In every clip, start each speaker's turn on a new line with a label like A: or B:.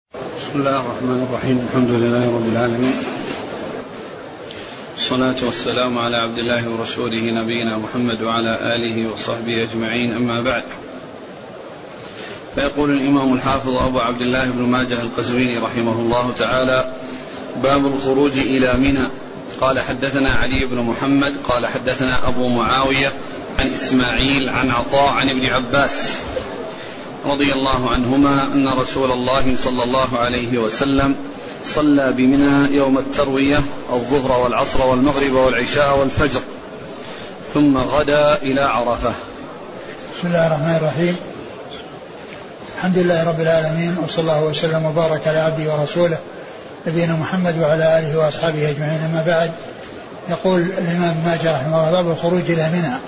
A: بسم الله الرحمن الرحيم. الحمد لله رب العالمين، الصلاة والسلام على عبد الله ورسوله نبينا محمد وعلى آله وصحبه أجمعين، أما بعد. فيقول الإمام الحافظ أبو عبد الله بن ماجه القزويني رحمه الله تعالى: باب الخروج إلى منى. قال: حدثنا علي بن محمد قال حدثنا أبو معاوية عن إسماعيل عن عطاء عن ابن عباس رضي الله عنهما أن رسول الله صلى الله عليه وسلم صلى بمنى يوم التروية الظهر والعصر والمغرب والعشاء والفجر، ثم غدا إلى عرفة.
B: بسم الله الرحمن الرحيم. الحمد لله رب العالمين، وصلى الله وسلم وبارك على عبده ورسوله نبينا محمد وعلى آله وأصحابه أجمعين، أما بعد. يقول الإمام ابن ماجه رحمه الله: باب الخروج إلى منى.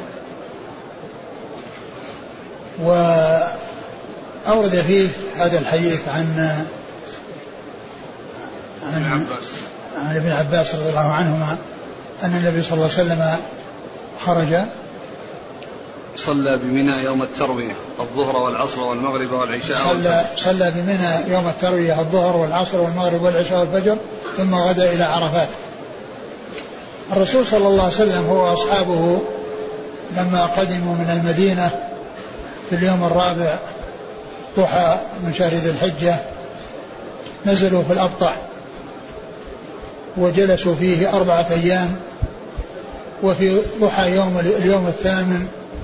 B: وأورد فيه هذا الحديث عن ابن عباس رضي الله عنهما أن النبي صلى الله عليه وسلم خرج
A: صلى بمنى يوم التروية الظهر والعصر والمغرب والعشاء
B: صلى بمنى يوم التروية الظهر والعصر والمغرب والعشاء والفجر، ثم غدا إلى عرفات. الرسول صلى الله عليه وسلم هو وأصحابه لما قدموا من المدينة في اليوم الرابع ضحى من شهر ذي الحجة نزلوا في الأبطح وجلسوا فيه 4 أيام، وفي ضحى اليوم الثامن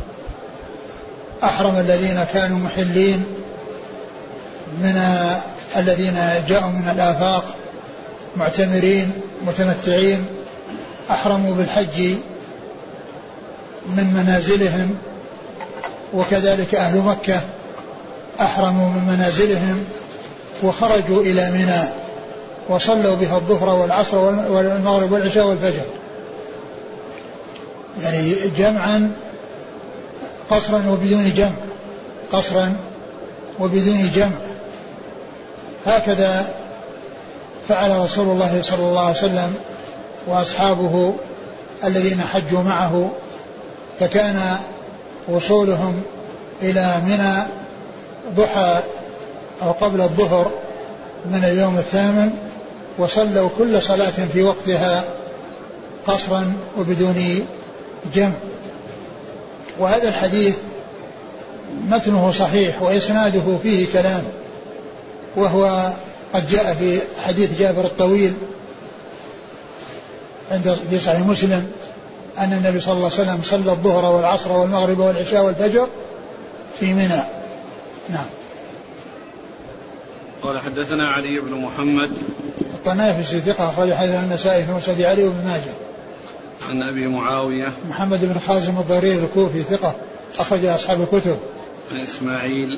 B: أحرم الذين كانوا محلين من الذين جاءوا من الآفاق معتمرين متمتعين، أحرموا بالحج من منازلهم، وكذلك أهل مكة أحرموا من منازلهم وخرجوا إلى منى وصلوا بها الظهر والعصر والمغرب والعشاء والفجر، يعني جمعا قصرا وبدون جمع. هكذا فعل رسول الله صلى الله عليه وسلم وأصحابه الذين حجوا معه، فكان وصولهم إلى منى ضحى أو قبل الظهر من اليوم الثامن، وصلوا كل صلاة في وقتها قصرا وبدون جمع. وهذا الحديث متنه صحيح وإسناده فيه كلام، وهو قد جاء في حديث جابر الطويل في صحيح مسلم أن النبي صلى الله عليه وسلم صلى الظهر والعصر والمغرب والعشاء والفجر في منى. نعم.
A: قال: حدثنا علي بن محمد
B: الطنافسي ثقة أخرج حديث النسائي في مسند علي وابن ماجه.
A: عن أبي معاوية
B: محمد بن خازم الضرير الكوفي ثقة أخرج أصحاب الكتب.
A: عن إسماعيل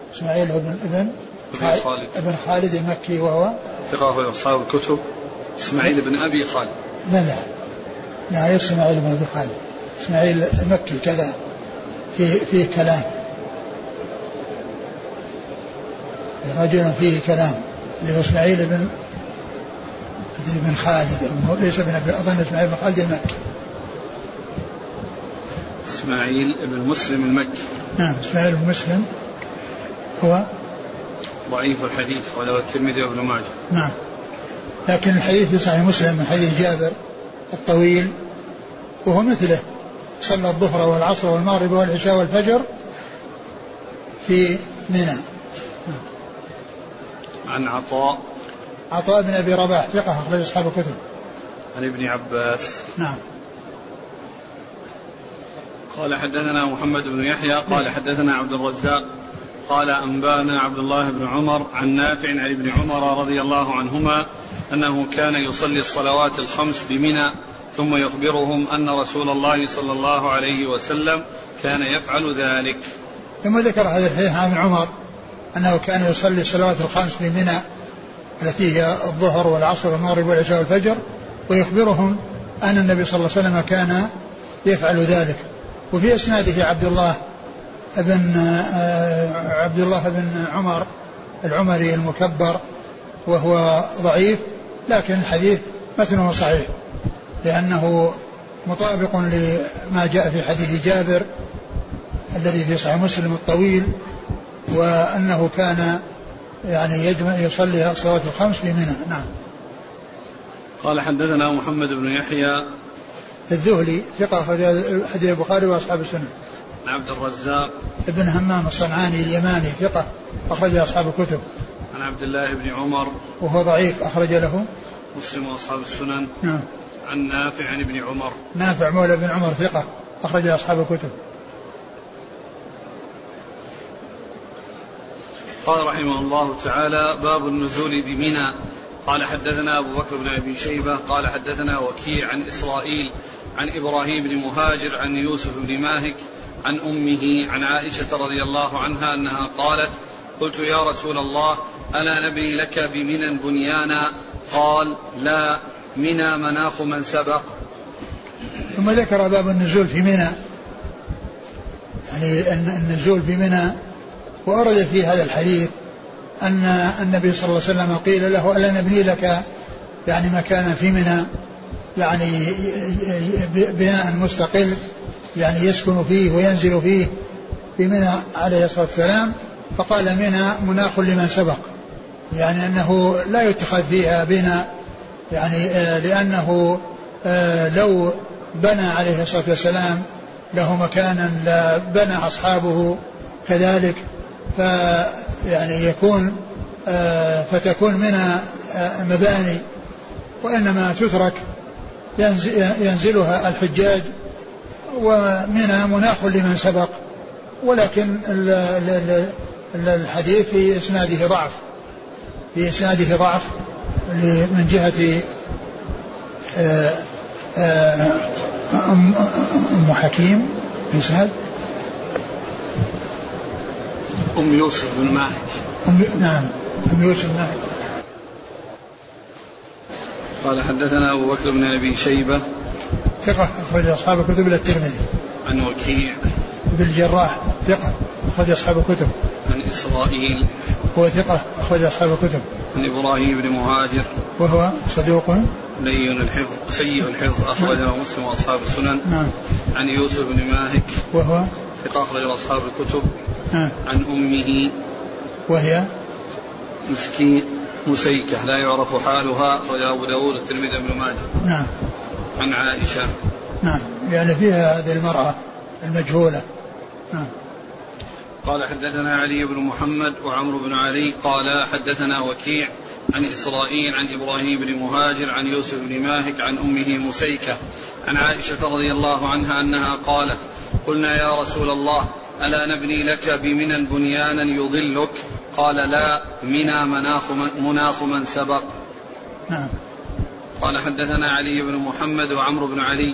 B: ابن خالد المكي وهو
A: ثقة أخرج أصحاب الكتب. إسماعيل بن أبي خالد
B: لا إسماعيل بن أبي خالد، إسماعيل المكي كذا فيه كلام، رجل فيه كلام، اللي هو إسماعيل بن خالد، ليس بن أبي، أظن إسماعيل بن خالد المكي.
A: إسماعيل بن مسلم المكي.
B: نعم، إسماعيل بن مسلم هو
A: ضعيف الحديث وله الترمذي وابن ماجه.
B: نعم، لكن الحديث في صحيح مسلم من حديث جابر الطويل، وهو مثله، صلى الظهر والعصر والمغرب والعشاء والفجر في منى.
A: عن عطاء
B: بن أبي رباح ثقة أخرج أصحاب الكتب.
A: عن ابن عباس.
B: نعم.
A: قال: حدثنا محمد بن يحيى قال حدثنا عبد الرزاق قال أنبانا عبد الله بن عمر عن نافع عن ابن عمر رضي الله عنهما أنه كان يصلي الصلوات الخمس بمنى، ثم يخبرهم أن رسول الله صلى الله عليه وسلم كان يفعل ذلك.
B: ثم ذكر هذا الحديث عن ابن عمر أنه كان يصلي الصلوات الخمس بمنى التي هي الظهر والعصر والمغرب والعشاء والفجر، ويخبرهم أن النبي صلى الله عليه وسلم كان يفعل ذلك. وفي إسناده عبد الله بن عمر العمري المكبر، وهو ضعيف، لكن الحديث متنه صحيح لأنه مطابق لما جاء في حديث جابر الذي في صحيح مسلم الطويل، وأنه كان يعني يصلي الصلوات الخمس في منى. نعم.
A: قال حدثنا محمد بن يحيى
B: الذهلي ثقة أخرج حديث البخاري وأصحاب السنة.
A: عن عبد الرزاق
B: ابن همام الصنعاني اليماني ثقة أخرج أصحاب الكتب.
A: عن عبد الله بن عمر
B: وهو ضعيف أخرج له
A: مسلم وأصحاب السنن.
B: نعم.
A: عن نافع عن ابن عمر.
B: نافع مولى بن عمر ثقة أخرج أصحاب الكتب.
A: قال رحمه الله تعالى باب النزول بمنى. قال حدثنا أبو بكر بن أبي شيبة قال حدثنا وكيع عن إسرائيل عن إبراهيم بن مهاجر عن يوسف بن ماهك عن أمه عن عائشة رضي الله عنها أنها قالت قلت يا رسول الله ألا نبني لك بمنى بنيانا؟ قال لا، منى مناخ من سبق.
B: ثم ذكر باب النزول في منى، يعني النزول في منى. وأرد في هذا الحديث أن النبي صلى الله عليه وسلم قيل له ألا نبني لك يعني مكانا في منى، يعني بناء مستقل يعني يسكن فيه وينزل فيه في منى عليه الصلاة والسلام. فقال منى مناخ لمن سبق، يعني أنه لا يتخذ فيها بناء، يعني لأنه لو بنى عليه الصلاة والسلام له مكانا لبنى أصحابه كذلك، فيعني يكون فتكون منى مباني، وإنما تترك ينزلها الحجاج، ومنى مناخ لمن سبق. ولكن الحديث في إسناده ضعف من جهة أم حكيم في إسناد
A: أم يوسف بن ماهك.
B: نعم أم يوسف بن ماهك.
A: قال حدثنا أبو بكر بن أبي شيبة
B: ثقة أخرج أصحاب الكتب إلى الترمذي.
A: عن وكيع
B: بن الجراح ثقة أخرج أصحاب الكتب.
A: عن إسرائيل
B: هو ثقة أخرج أصحاب الكتب.
A: عن إبراهيم بن مهاجر
B: وهو صدوق
A: لين الحفظ سيء الحفظ أخرجه مسلم وأصحاب السنن.
B: نعم.
A: عن يوسف بن ماهك
B: وهو
A: ثقة أخرج أصحاب الكتب.
B: نعم.
A: عن أمه
B: وهي
A: مسكين مسيكة لا يعرف حالها أخرج أبو داود الترمذي بن ماجه.
B: نعم.
A: عن عائشة.
B: نعم، يعني فيها هذه المرأة المجهولة. نعم.
A: قال حدثنا علي بن محمد وعمرو بن علي قال حدثنا وكيع عن إسرائيل عن إبراهيم بن مهاجر عن يوسف بن ماهك عن أمه مسيكة عن عائشة رضي الله عنها أنها قالت قلنا يا رسول الله ألا نبني لك بمنى بنيانا يظلك؟ قال لا، منى مناخ من سبق.
B: نعم.
A: قال حدثنا علي بن محمد وعمرو بن علي.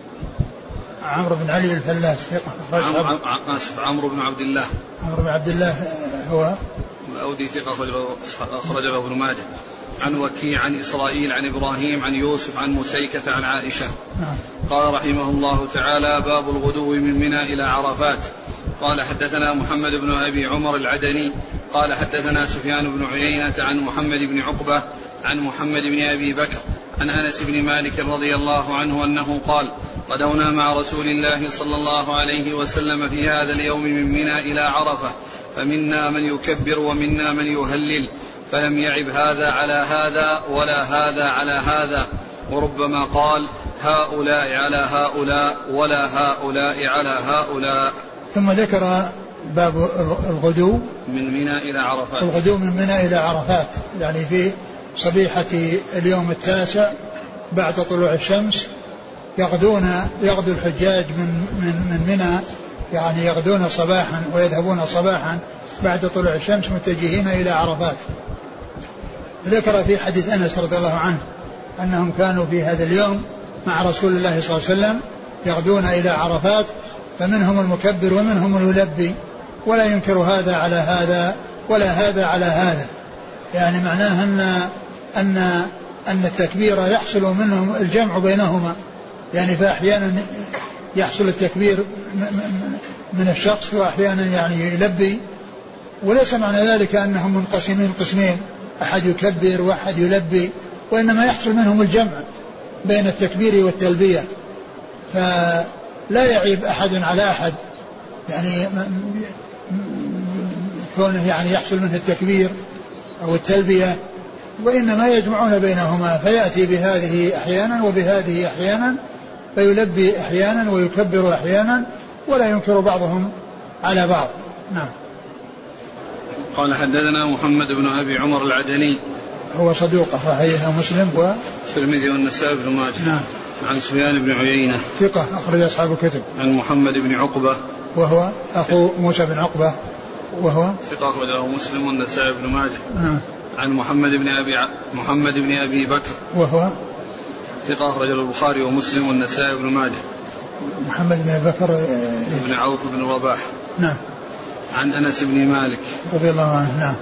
B: عمرو بن علي الفلاس ثقة.
A: عمرو بن عبد الله.
B: عمرو بن عبد الله هو
A: الأودي ثقة أخرجه ابن ماجه. عن وكيع عن إسرائيل عن إبراهيم عن يوسف عن مسيكة عن عائشة.
B: نعم.
A: قال رحمه الله تعالى باب الغدو من منى إلى عرفات. قال حدثنا محمد بن أبي عمر العدني قال حدثنا سفيان بن عيينة عن محمد بن عقبة عن محمد بن أبي بكر عن أنس بن مالك رضي الله عنه أنه قال غدونا مع رسول الله صلى الله عليه وسلم في هذا اليوم من منى إلى عرفة، فمنا من يكبر ومنا من يهلل، فلم يعب هذا على هذا ولا هذا على هذا، وربما قال هؤلاء على هؤلاء ولا هؤلاء على هؤلاء.
B: ثم ذكر باب الغدو
A: من منى إلى عرفات.
B: الغدو من منى إلى عرفات، يعني في صبيحة اليوم التاسع بعد طلوع الشمس يغدو الحجاج من منى، يعني يغدون صباحا ويذهبون صباحا بعد طلوع الشمس متجهين إلى عرفات. ذكر في حديث أنس رضي الله عنه أنهم كانوا في هذا اليوم مع رسول الله صلى الله عليه وسلم يغدون إلى عرفات، فمنهم المكبر ومنهم الملبي، ولا ينكر هذا على هذا ولا هذا على هذا، يعني معناه أن التكبير يحصل منهم الجمع بينهما، يعني فأحيانا يحصل التكبير من الشخص وأحيانا يعني يلبي، وليس معنى ذلك أنهم منقسمين قسمين، أحد يكبر وأحد يلبي، وإنما يحصل منهم الجمع بين التكبير والتلبية، فلا يعيب أحد على أحد، يعني كونه يعني يحصل منه التكبير أو التلبية، وإنما يجمعون بينهما، فيأتي بهذه أحيانا وبهذه أحيانا، فيلبي أحيانا ويكبر أحيانا، ولا ينكر بعضهم على بعض. نعم.
A: قال حدثنا محمد بن أبي عمر العدني
B: هو صدوق أخرجه مسلم
A: والترمذي والنسائي بن ماجه.
B: نعم.
A: عن سفيان بن عيينة
B: ثقة أخرج أصحاب الكتب.
A: عن محمد بن عقبة
B: وهو أخو موسى بن عقبة وهو
A: ثقة أخرجه مسلم والنسائي بن ماجه.
B: نعم.
A: عن محمد بن أبي بكر
B: وهو
A: ثقة أخرجه البخاري ومسلم والنسائي بن ماجه.
B: محمد بن أبي بكر
A: بن عوف بن رباح.
B: نعم.
A: عن أنس بن مالك
B: رضي الله عنه. نعم.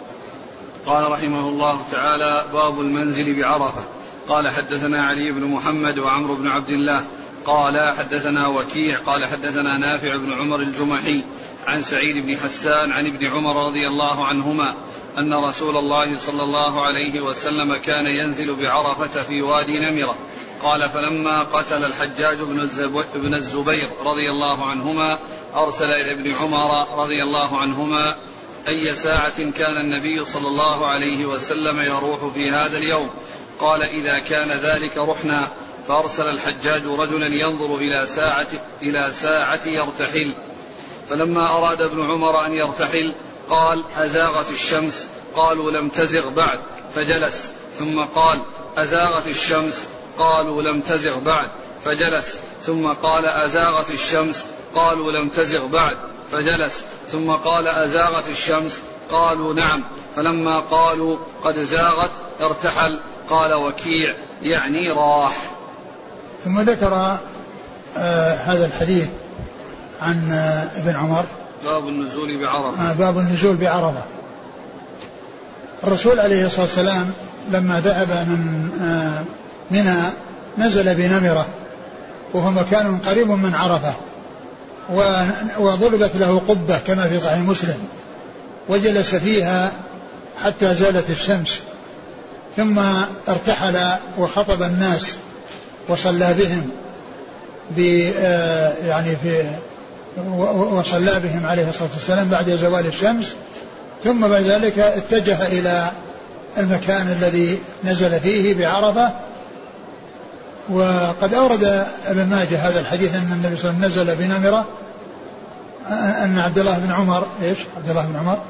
A: قال رحمه الله تعالى: باب المنزل بعرفة. قال حدثنا علي بن محمد وعمرو بن عبد الله قال حدثنا وكيع قال حدثنا نافع بن عمر الجمحي عن سعيد بن حسان عن ابن عمر رضي الله عنهما أن رسول الله صلى الله عليه وسلم كان ينزل بعرفة في وادي نمرة. قال: فلما قتل الحجاج بن الزبير رضي الله عنهما أرسل إلى ابن عمر رضي الله عنهما أي ساعة كان النبي صلى الله عليه وسلم يروح في هذا اليوم. قال: إذا كان ذلك رحنا. فأرسل الحجاج رجلا ينظر إلى ساعة يرتحل. فلما أراد ابن عمر أن يرتحل قال: أزاغت الشمس؟ قالوا: لم تزغ بعد. فجلس. ثم قال: أزاغت الشمس؟ قالوا: لم تزغ بعد. فجلس. ثم قال: أزاغت الشمس؟ قالوا: لم تزغ بعد. فجلس. ثم قال: أزاغت الشمس؟ قالوا: نعم. فلما قالوا: قد زاغت ارتحل. قال وكيع: يعني راح.
B: ثم ذكر هذا الحديث عن ابن عمر.
A: باب النزول بعرفة.
B: باب النزول بعرفة. الرسول عليه الصلاة والسلام لما ذهب من منى نزل بنمرة، وهو مكان قريب من عرفة، وضربت له قبة كما في صحيح مسلم، وجلس فيها حتى زالت الشمس، ثم ارتحل وخطب الناس وصلى بهم وصلى بهم عليه الصلاة والسلام بعد زوال الشمس. ثم بعد ذلك اتجه إلى المكان الذي نزل فيه بعرفة. وقد أورد ابن ماجه هذا الحديث أن النبي صلى الله عليه وسلم نزل بنمرة، أن عبد الله بن عمر عبد الله بن عمر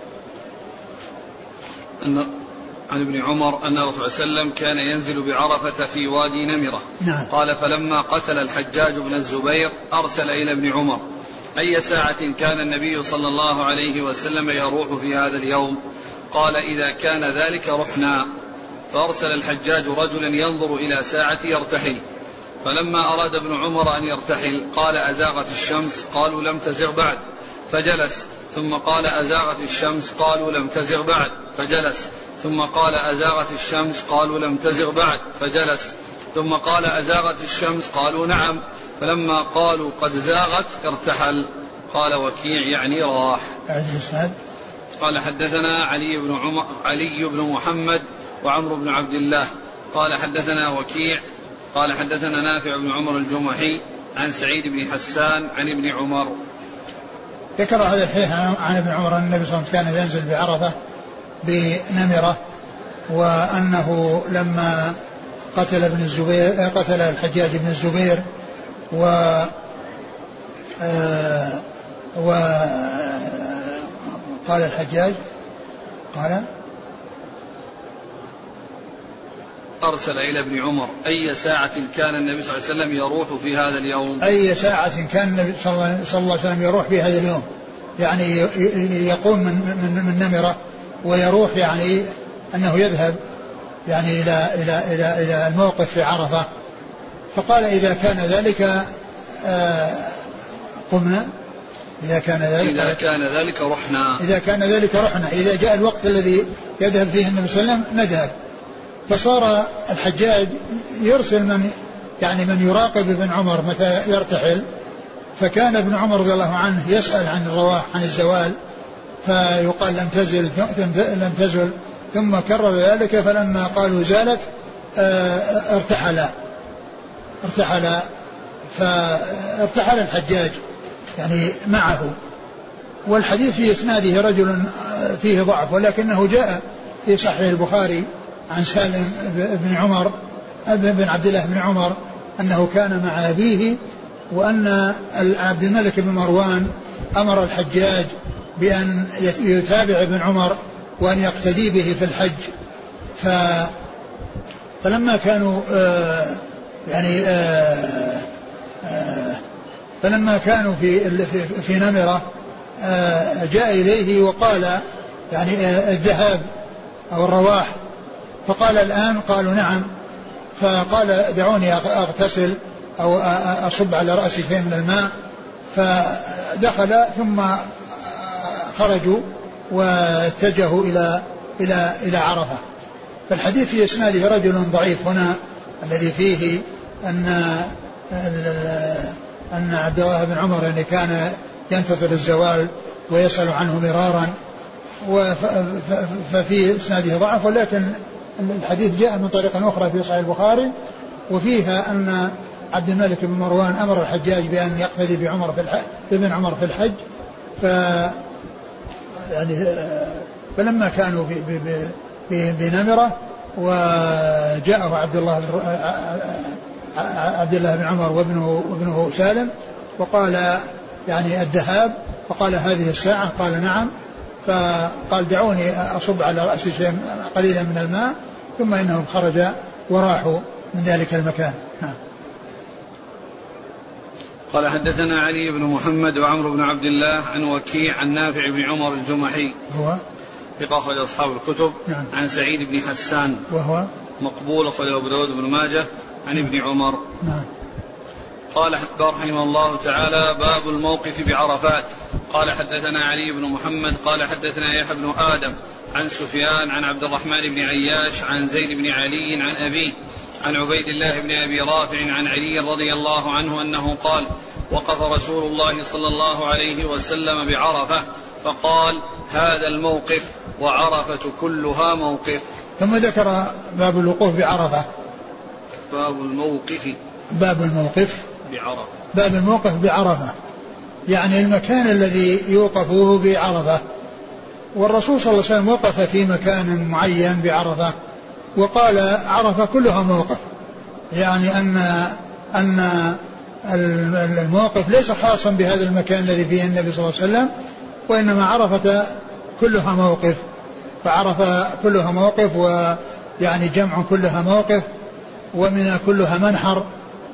A: عن ابن عمر أن الرسول صلى الله عليه وسلم كان ينزل بعرفة في وادي نمرة.
B: نعم.
A: قال: فلما قتل الحجاج بن الزبير أرسل إلى ابن عمر أي ساعة كان النبي صلى الله عليه وسلم يروح في هذا اليوم. قال: إذا كان ذلك رحنا. فأرسل الحجاج رجلا ينظر إلى ساعة يرتحل. فلما أراد ابن عمر أن يرتحل قال: أزاغت الشمس؟ قالوا: لم تزغ بعد. فجلس. ثم قال: أزاغت الشمس؟ قالوا: لم تزغ بعد. فجلس. ثم قال: أزاغت الشمس؟ قالوا: لم تزغ بعد. فجلس. ثم قال: أزاغت الشمس؟ قالوا: نعم. فلما قالوا: قد زاغت ارتحل. قال وكيع: يعني راح. قال: حدثنا علي بن محمد وعمرو بن عبد الله قال حدثنا وكيع قال حدثنا نافع بن عمر الجمحي عن سعيد بن حسان عن ابن عمر.
B: ذكر هذا الحديث عن ابن عمر أن النبي صلى الله عليه وسلم كان ينزل بعرفة بنمرة، وأنه لما قتل الحجاج بن الزبير قال الحجاج
A: أرسل إلى ابن عمر أي ساعة كان النبي صلى الله عليه وسلم يروح في هذا اليوم.
B: أي ساعة كان النبي صلى الله عليه وسلم يروح في هذا اليوم، يعني يقوم من نمرة ويروح، يعني أنه يذهب يعني إلى الموقف في عرفة. فقال: إذا كان ذلك قمنا، إذا كان ذلك رحنا، إذا جاء الوقت الذي يذهب فيه النبي صلى الله عليه وسلم نذهب. فصار الحجاج يرسل من يراقب ابن عمر متى يرتحل. فكان ابن عمر رضي الله عنه يسأل عن الرواح عن الزوال، فيقال: لم تزل، ثم كرر ذلك. فلما قالوا زالت فارتحل الحجاج يعني معه. والحديث في إسناده رجل فيه ضعف، ولكنه جاء في صحيح البخاري عن سالم بن عمر بن عبد الله بن عمر أنه كان مع أبيه، وأن عبد الملك بن مروان أمر الحجاج بأن يتابع ابن عمر وأن يقتدي به في الحج. فلما كانوا فلما كانوا في نمرة جاء إليه وقال يعني الذهاب أو الرواح، فقال الآن؟ قالوا نعم. فقال دعوني أغتسل أو أصب على رأسي شيء من الماء. فدخل ثم خرجوا واتجهوا إلى عرفة. فالحديث في إسناده رجل ضعيف هنا الذي فيه أن عبد الله بن عمر يعني كان ينتظر الزوال ويسأل عنه مرارا، ففي إسناده ضعف، ولكن الحديث جاء من طريقة أخرى في صحيح البخاري وفيها أن عبد الملك بن مروان أمر الحجاج بأن يقتدي بابن عمر في الحج. فلما كانوا بنمرة وجاءه عبد الله بن عمر وابنه سالم وقال يعني الذهاب، فقال هذه الساعة؟ قال نعم. فقال دعوني أصب على رأسي شيء قليلا من الماء، ثم إنهم خرجوا وراحوا من ذلك المكان.
A: قال حدثنا علي بن محمد وعمرو بن عبد الله عن وكيع عن نافع بن عمر الجمحي
B: هو
A: ثقة أخرج أصحاب الكتب.
B: نعم.
A: عن سعيد بن حسان وهو
B: مقبول
A: أخرج أبو داود بن ماجه عن ابن عمر.
B: نعم.
A: قال رحمه الله تعالى باب الموقف بعرفات. قال حدثنا علي بن محمد قال حدثنا يحيى بن آدم عن سفيان عن عبد الرحمن بن عياش عن زيد بن علي عن أبيه عن عبيد الله بن أبي رافع عن علي رضي الله عنه أنه قال وقف رسول الله صلى الله عليه وسلم بعرفة فقال هذا الموقف وعرفة كلها موقف.
B: ثم ذكر باب الوقوف بعرفة. باب الموقف بعرفة يعني المكان الذي يوقفه بعرفة. والرسول صلى الله عليه وسلم وقف في مكان معين بعرفة وقال عرفة كلها موقف، يعني أن الموقف ليس خاصا بهذا المكان الذي فيه النبي صلى الله عليه وسلم، وإنما عرفة كلها موقف. فعرفة كلها موقف، ويعني جمع كلها موقف، ومن كلها منحر.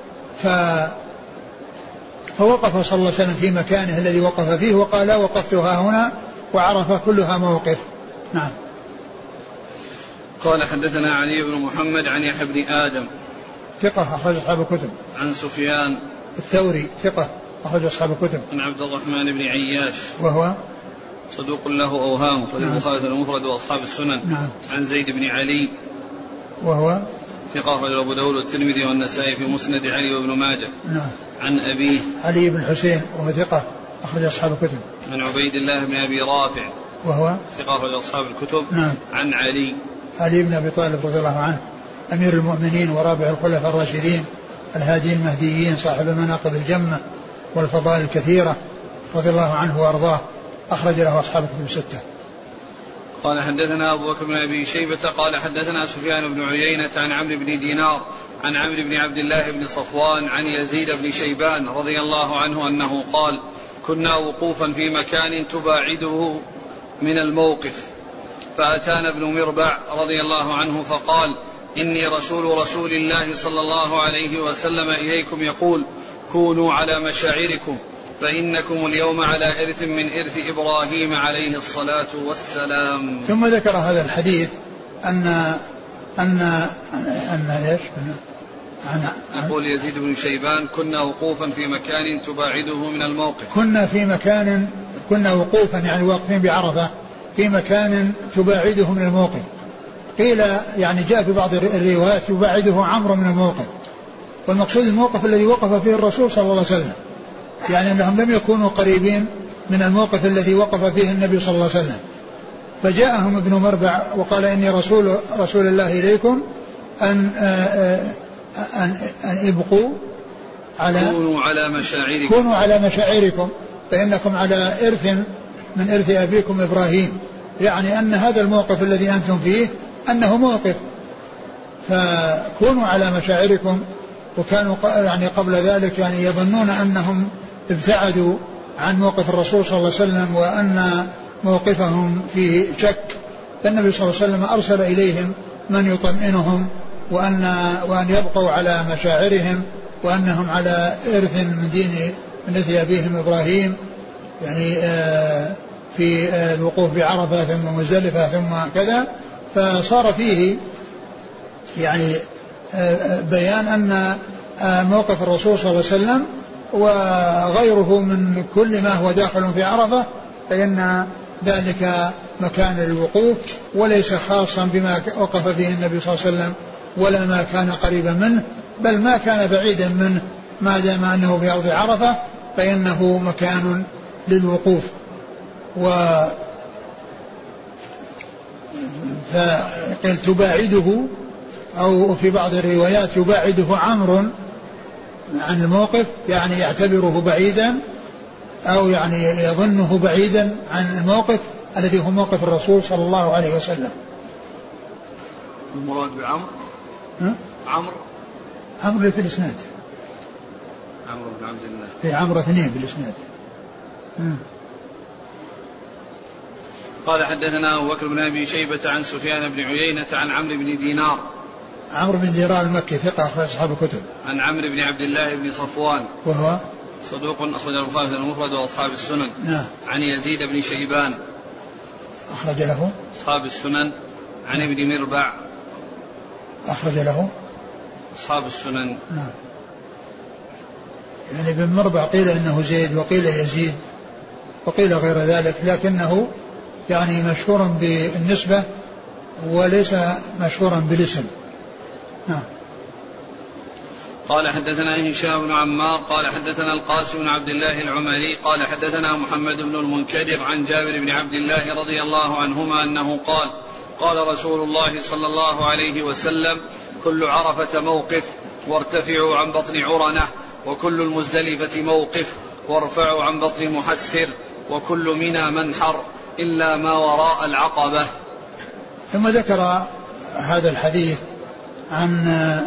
B: فوقف صلى الله عليه وسلم في مكانه الذي وقف فيه وقال وقفتها هنا وعرفة كلها موقف. نعم.
A: قال حدثنا علي بن محمد عن يحيى بن آدم
B: ثقة أخرج أصحاب الكتب.
A: عن سفيان
B: الثوري ثقة أخرج أصحاب الكتب.
A: عن عبد الرحمن بن عياش
B: وهو
A: صدوق له أوهام في البخاري المفرد وأصحاب السنن.
B: نعم.
A: عن زيد بن علي
B: وهو
A: ثقة أخرج أبو داود والترمذي والنسائي في مسند علي وابن ماجه.
B: نعم.
A: عن أبيه
B: علي بن حسين وهو ثقة أخرج أصحاب الكتب.
A: عن عبيد الله بن أبي رافع
B: وهو
A: ثقة أخرج أصحاب الكتب.
B: نعم.
A: عن
B: علي بن أبي طالب رضي الله عنه أمير المؤمنين ورابع الخلفاء الراشدين الهادي المهديين صاحب المناقب الجمة والفضائل الكثيرة رضي الله عنه وأرضاه، أخرج له أصحاب الكتب الستة.
A: قال حدثنا أبو بكر بن أبي شيبة قال حدثنا سفيان بن عيينة عن عمرو بن دينار عن عمرو بن عبد الله بن صفوان عن يزيد بن شيبان رضي الله عنه أنه قال كنا وقوفا في مكان تباعده من الموقف فأتانا ابن مربع رضي الله عنه فقال إني رسول الله صلى الله عليه وسلم إليكم يقول كونوا على مشاعركم فإنكم اليوم على إرث من إرث إبراهيم عليه الصلاة والسلام.
B: ثم ذكر هذا الحديث أن إيش؟
A: يقول يزيد بن شيبان كنا وقوفا في مكان تباعده من الموقف.
B: كنا وقوفا يعني واقفين بعرفة في مكان تباعده من الموقف. قيل يعني جاء في بعض الروايات يباعده عمرو من الموقف، والمقصود الموقف الذي وقف فيه الرسول صلى الله عليه وسلم، يعني أنهم لم يكونوا قريبين من الموقف الذي وقف فيه النبي صلى الله عليه وسلم. فجاءهم ابن مربع وقال إني رسول الله إليكم أن ابقوا
A: كونوا
B: على مشاعركم فإنكم على إرث من إرث أبيكم إبراهيم يعني أن هذا الموقف الذي أنتم فيه أنه موقف، فكونوا على مشاعركم. وكانوا يعني قبل ذلك يعني يظنون أنهم ابتعدوا عن موقف الرسول صلى الله عليه وسلم وأن موقفهم فيه شك، فالنبي صلى الله عليه وسلم أرسل إليهم من يطمئنهم وأن يبقوا على مشاعرهم وأنهم على إرث من دين مثل أبيهم إبراهيم، يعني في الوقوف بعرفة ثم مزدلفة ثم كذا. فصار فيه يعني بيان أن موقف الرسول صلى الله عليه وسلم وغيره من كل ما هو داخل في عرفة فإن ذلك مكان الوقوف وليس خاصا بما وقف فيه النبي صلى الله عليه وسلم ولا ما كان قريبا منه، بل ما كان بعيدا منه ما دام أنه في أرض عرفة فإنه مكان للوقوف. فقال تباعده، أو في بعض الروايات يباعده عمرو عن الموقف، يعني يعتبره بعيدا أو يعني يظنه بعيدا عن الموقف الذي هو موقف الرسول صلى الله عليه وسلم.
A: المراد بعمرو
B: عمرو في الإسناد،
A: عمرو بن عبد الله،
B: في عمرو 2 في الإسناد.
A: قال حدثنا أبو بكر بن أبي شيبة عن سفيان بن عيينة عن عمرو بن دينار.
B: عمرو بن دينار المكي ثقة أخرج أصحاب الكتب.
A: عن عمرو بن عبد الله بن صفوان وهو صدوق أخرج البخاري في المفرد وأصحاب السنن. عن يزيد بن شيبان
B: أخرج له
A: أصحاب السنن. عن ابن مربع
B: أخرج له
A: أصحاب السنن.
B: يعني ابن مربع قيل إنه زيد وقيل يزيد وقيل غير ذلك، لكنه يعني مشهور بالنسبة وليس مشهورا بالاسم.
A: قال حدثنا هشام بن عمار قال حدثنا القاسم بن عبد الله العمري قال حدثنا محمد بن المنكدر عن جابر بن عبد الله رضي الله عنهما أنه قال قال رسول الله صلى الله عليه وسلم كل عرفة موقف وارتفعوا عن بطن عرنة، وكل المزدلفة موقف وارفعوا عن بطن محسر، وكل منى منحر إلا ما وراء العقبة.
B: ثم ذكر هذا الحديث عن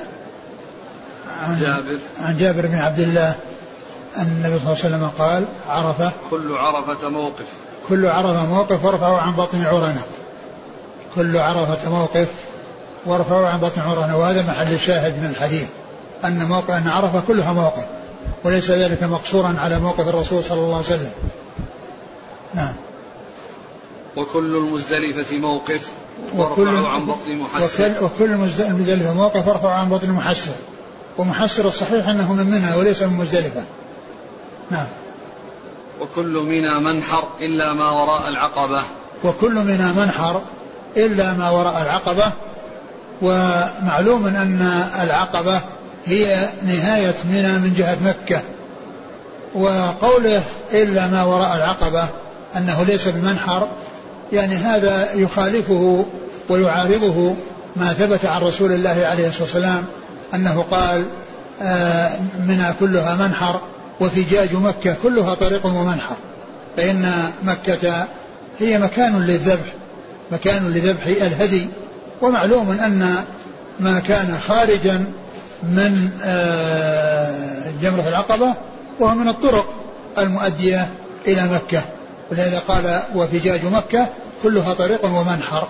B: جابر بن عبد الله أن النبي صلى الله عليه وسلم قال عرفة
A: كل عرفة موقف،
B: كل عرفة موقف وارفعوا عن بطن عرنة، كل عرفة موقف وارفعوا عن بطن عرنة. وهذا محل الشاهد من الحديث أن عرفة كلها موقف وليس ذلك مقصورا على موقف الرسول صلى الله عليه وسلم. نعم.
A: وكل المزدلفة موقف وارفعوا عن بطن محسر،
B: وكل المزدلفة موقف وارفعوا عن بطن محسر، ومحسر الصحيح أنه من منى وليس من مزدلفة. نعم.
A: وكل منى منحر إلا ما وراء العقبة،
B: وكل منى منحر إلا ما وراء العقبة. ومعلوم أن العقبة هي نهاية منى من جهة مكة، وقوله إلا ما وراء العقبة أنه ليس بمنحر يعني هذا يخالفه ويعارضه ما ثبت عن رسول الله عليه الصلاة والسلام أنه قال منى كلها منحر وفجاج مكة كلها طريق ومنحر، فإن مكة هي مكان للذبح، مكان لذبح الهدي. ومعلوم أن ما كان خارجا من جمرة العقبة وهو من الطرق المؤدية إلى مكة، ولهذا قال وفجاج مكة كلها طريق ومنحر.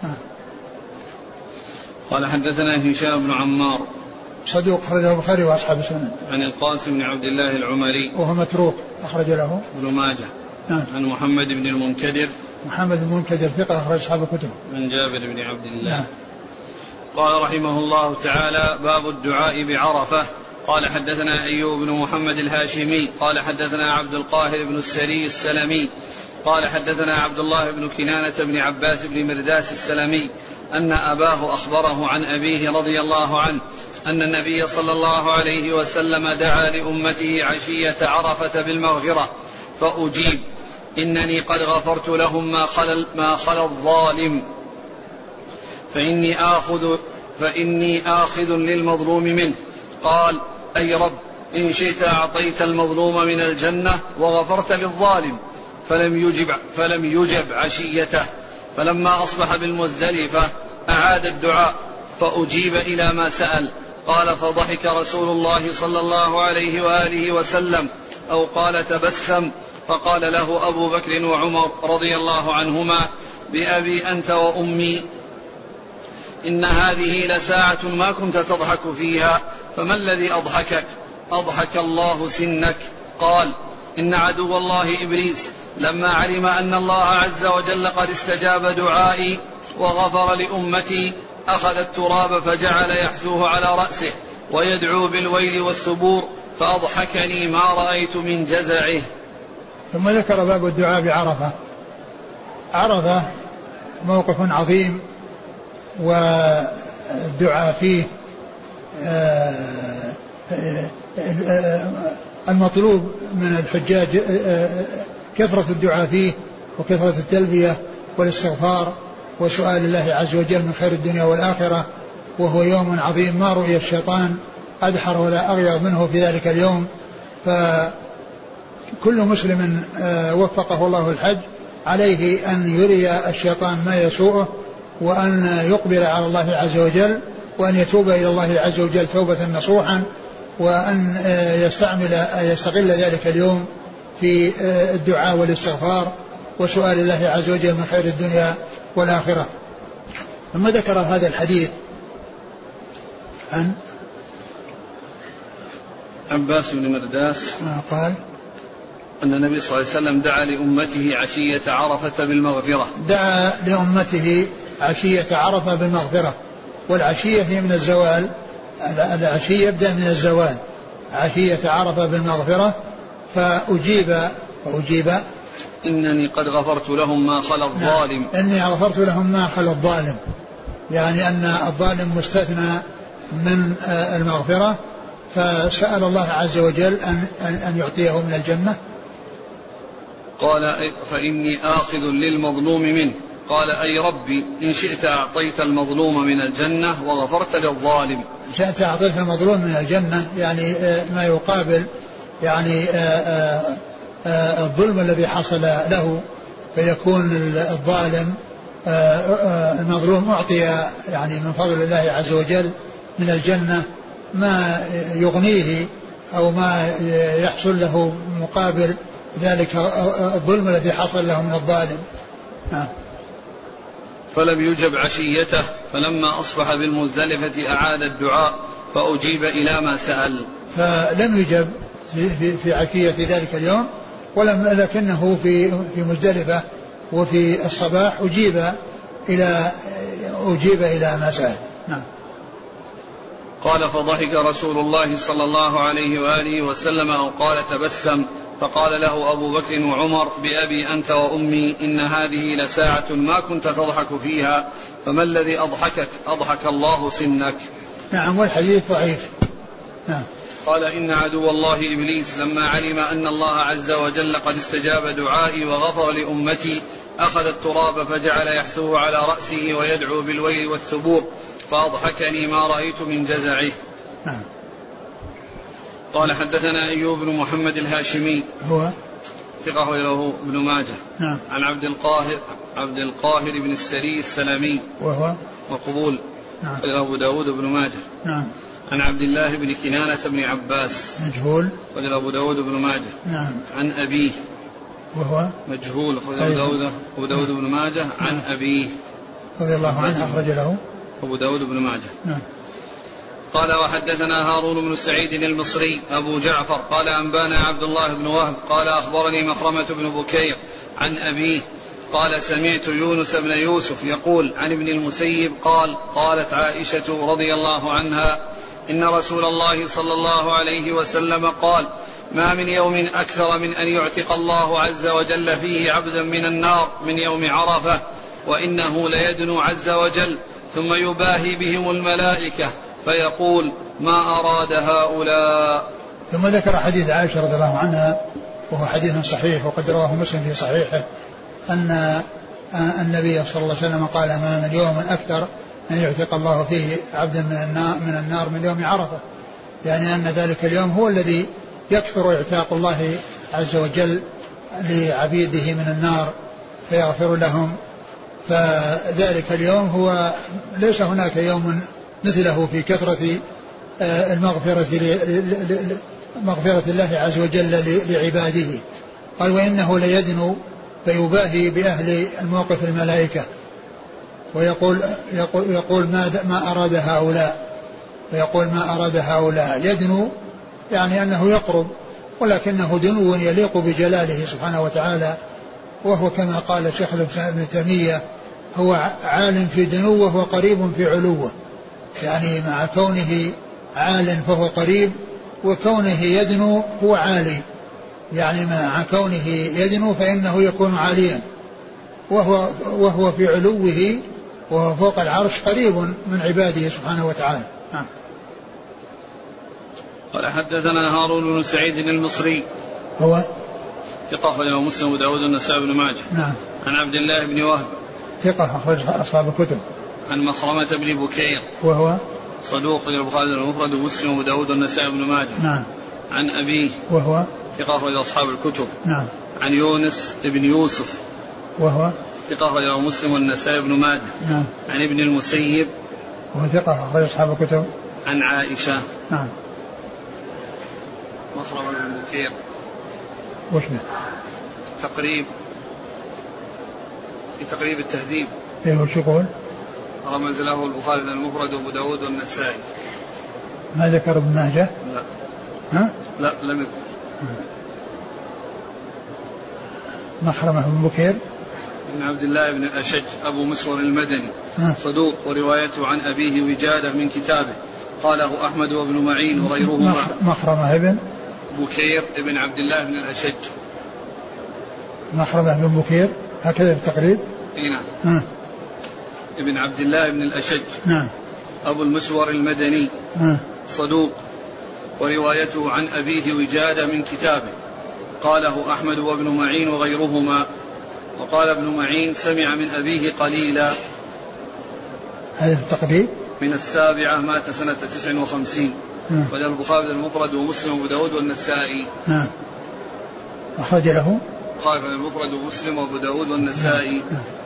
A: قال حدثنا هشام بن عمار
B: صدوق أخرجه البخاري وأصحاب السنن.
A: عن القاسم بن عبد الله العمري
B: وهو متروك أخرج له
A: ابن ماجه. عن محمد بن المنكدر
B: محمد بن المنكدر ثقة أخرج أصحاب الكتب.
A: عن جابر بن عبد الله. قال رحمه الله تعالى باب الدعاء بعرفة. قال حدثنا أيوب بن محمد الهاشمي قال حدثنا عبد القاهر بن السري السلمي قال حدثنا عبد الله بن كنانة بن عباس بن مرداس السلمي أن أباه أخبره عن أبيه رضي الله عنه أن النبي صلى الله عليه وسلم دعا لأمته عشية عرفة بالمغفرة فأجيب إنني قد غفرت لهم ما خلا الظالم فإني آخذ للمظلوم منه. قال أي رب إن شئت أعطيت المظلوم من الجنة وغفرت للظالم. فلم يجب عشيته فلما أصبح بالمزدلفة أعاد الدعاء فأجيب إلى ما سأل. قال فضحك رسول الله صلى الله عليه وآله وسلم أو قال تبسم، فقال له أبو بكر وعمر رضي الله عنهما بأبي أنت وأمي إن هذه لساعة ما كنت تضحك فيها، فما الذي أضحكك؟ أضحك الله سنك. قال إن عدو الله إبليس لما علم أن الله عز وجل قد استجاب دعائي وغفر لأمتي أخذ التراب فجعل يحثوه على رأسه ويدعو بالويل والثبور فأضحكني ما رأيت من جزعه.
B: ثم ذكر باب الدعاء بعرفة. عرفة موقف عظيم والدعاء فيه المطلوب من الحجاج كثرة الدعاء فيه وكثرة التلبية والاستغفار وسؤال الله عز وجل من خير الدنيا والآخرة، وهو يوم عظيم ما رؤي الشيطان أدحر ولا أغيظ منه في ذلك اليوم. فكل مسلم وفقه الله الحج عليه أن يري الشيطان ما يسوءه وأن يقبل على الله عز وجل وأن يتوب إلى الله عز وجل توبة نصوحا، وأن يستغل ذلك اليوم في الدعاء والاستغفار وسؤال الله عز وجل من خير الدنيا والآخرة. ثم ذكر هذا الحديث عن
A: عباس بن مرداس
B: قال
A: أن النبي صلى الله عليه وسلم دعا لأمته عشية عرفة بالمغفرة.
B: دعا لأمته عشية عرفة بالمغفرة، والعشية هي من الزوال، العشية يبدأ من الزوال، عشية عرفة بالمغفرة. فأجيب
A: إنني قد غفرت لهم ما خلا الظالم.
B: إني غفرت لهم ما خلا الظالم، يعني أن الظالم مستثنى من المغفرة، فسأل الله عز وجل أن يعطيه من الجنة.
A: قال فإني آخذ للمظلوم منه. قال أي ربي إن شئت أعطيت المظلوم من الجنة وغفرت للظالم.
B: شئت أعطيت المظلوم من الجنة، يعني ما يقابل يعني الظلم الذي حصل له، فيكون الظالم المظلوم أعطي يعني من فضل الله عز وجل من الجنة ما يغنيه أو ما يحصل له مقابل ذلك الظلم الذي حصل له من الظالم.
A: فلم يجب عشيته، فلما أصبح بالمزدلفة أعاد الدعاء فأجيب إلى ما سأل.
B: فلم يجب في عشية ذلك اليوم، لكنه في مزدلفة وفي الصباح أجيب إلى ما سأل. نعم.
A: قال فضحك رسول الله صلى الله عليه وآله وسلم أو قال تبسم، فقال له أبو بكر وعمر بأبي أنت وأمي إن هذه لساعة ما كنت تضحك فيها، فما الذي أضحكك؟ أضحك الله سنك.
B: نعم. والحديث ضعيف. نعم.
A: قال إن عدو الله إبليس لما علم أن الله عز وجل قد استجاب دعائي وغفر لأمتي أخذ التراب فجعل يحثوه على رأسه ويدعو بالويل والثبور فأضحكني ما رأيت من جزعه.
B: نعم.
A: قال حدثنا أيوب بن محمد الهاشمي
B: هو
A: ثقة له ابن ماجه.
B: نعم.
A: عن عبد القاهر بن السري السلمي
B: وهو
A: مقبول.
B: نعم.
A: أبو داود بن ماجه.
B: نعم.
A: عن عبد الله بن كنانة بن عباس
B: مجهول.
A: وجل أبو داود بن ماجه.
B: نعم.
A: عن أبيه
B: وهو
A: مجهول أبو داود بن ماجه. عن أبيه
B: رضي الله عنه أخرج له
A: أبو داود بن ماجه.
B: نعم.
A: قال وحدثنا هارون بن سعيد المصري أبو جعفر قال أنبانا عبد الله بن وهب قال أخبرني مخرمة بن بكير عن أبيه قال سمعت يونس بن يوسف يقول عن ابن المسيب قال قالت عائشة رضي الله عنها إن رسول الله صلى الله عليه وسلم قال ما من يوم أكثر من أن يعتق الله عز وجل فيه عبدا من النار من يوم عرفة، وإنه ليدنو عز وجل ثم يباهي بهم الملائكة فيقول ما أراد هؤلاء.
B: ثم ذكر حديث عائشة رضي الله عنها وهو حديث صحيح وقد رواه مسلم في صحيحه أن النبي صلى الله عليه وسلم قال ما من يوم أكثر أن يعتق الله فيه عبدا من النار من يوم عرفة، يعني أن ذلك اليوم هو الذي يكثر اعتاق الله عز وجل لعبيده من النار فيغفر لهم فذلك اليوم هو ليس هناك يوم مثله في كثرة مغفرة الله عز وجل لعباده. قال وإنه ليدنو فيباهي بأهل الموقف الملائكة ويقول ما أراد هؤلاء، ويقول ما أراد هؤلاء. يدنو يعني أنه يقرب، ولكنه دنو يليق بجلاله سبحانه وتعالى، وهو كما قال الشيخ ابن تيمية هو عال في دنوه وقريب في علوه، يعني مع كونه عال فهو قريب، وكونه يدنو هو عالي، يعني مع كونه يدنو فإنه يكون عاليا، وهو في علوه وهو فوق العرش قريب من عباده سبحانه وتعالى.
A: قال حدثنا هارون بن سعيد المصري
B: هو
A: ثقة أخرجه مسلم وداود والنسائي بن ماجه.
B: نعم.
A: عن عبد الله بن وهب
B: ثقة أخرج أصحاب الكتب.
A: عن مخرمة بن بكير
B: وهو
A: صدوق البخاري المفرد ومسلم وداود والنسائي بن ماجه.
B: نعم.
A: عن أبيه
B: وهو
A: ثقة أخرج أصحاب الكتب.
B: نعم.
A: عن يونس بن يوسف وهو ثقة أخرجه مسلم والنسائي بن ماجه.
B: نعم.
A: عن ابن المسيب
B: وهو ثقة أخرج أصحاب الكتب.
A: عن عائشة.
B: نعم.
A: مخرمة بن بكير
B: وش به؟
A: في تقريب التهذيب.
B: ايه وش يقول؟
A: رمز له البخاري المفرد وابو داود والنسائي.
B: ما ذكر ابن ماجه؟
A: لا.
B: ها؟
A: لا لم يذكر.
B: مخرمة بن بكير
A: بن عبد الله بن الأشج أبو مسور المدني صدوق، وروايته عن أبيه وجادة من كتابه قاله أحمد وابن معين وغيرهما.
B: مخرمة ابن
A: بكير ابن عبد الله بن الأشج.
B: مخرمة بن بكير هكذا في التقريب.
A: نعم. ابن عبد الله بن الأشج.
B: نعم.
A: أبو المسور المدني صدوق، وروايته عن أبيه وجادة من كتابه قاله أحمد وابن معين وغيرهما. وقال ابن معين سمع من أبيه قليلا.
B: هذا في التقريب.
A: من 7 مات سنة 59. وجاء البخاري المفرد ومسلم وابو داود والنسائي.
B: نعم. أخرج له
A: البخاري المفرد ومسلم وابو داود والنسائي.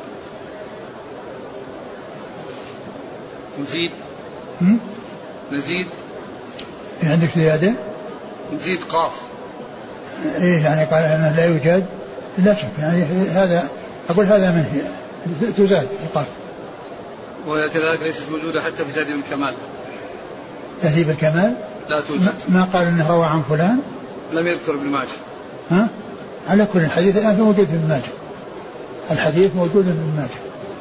A: نزيد
B: عندك زيادة؟
A: نزيد قاف.
B: إيه يعني قال أنه لا يوجد، لا شك يعني هذا أقول هذا منه تزاد القاف.
A: وهي كذلك ليست موجودة حتى في تهذيب الكمال.
B: تهذيب الكمال
A: لا توجد.
B: ما قال انه روى عن فلان،
A: لم يذكر ابن ماجه.
B: ها؟ على كل الحديث الآن موجود في ابن ماجه، الحديث موجود في ابن ماجه.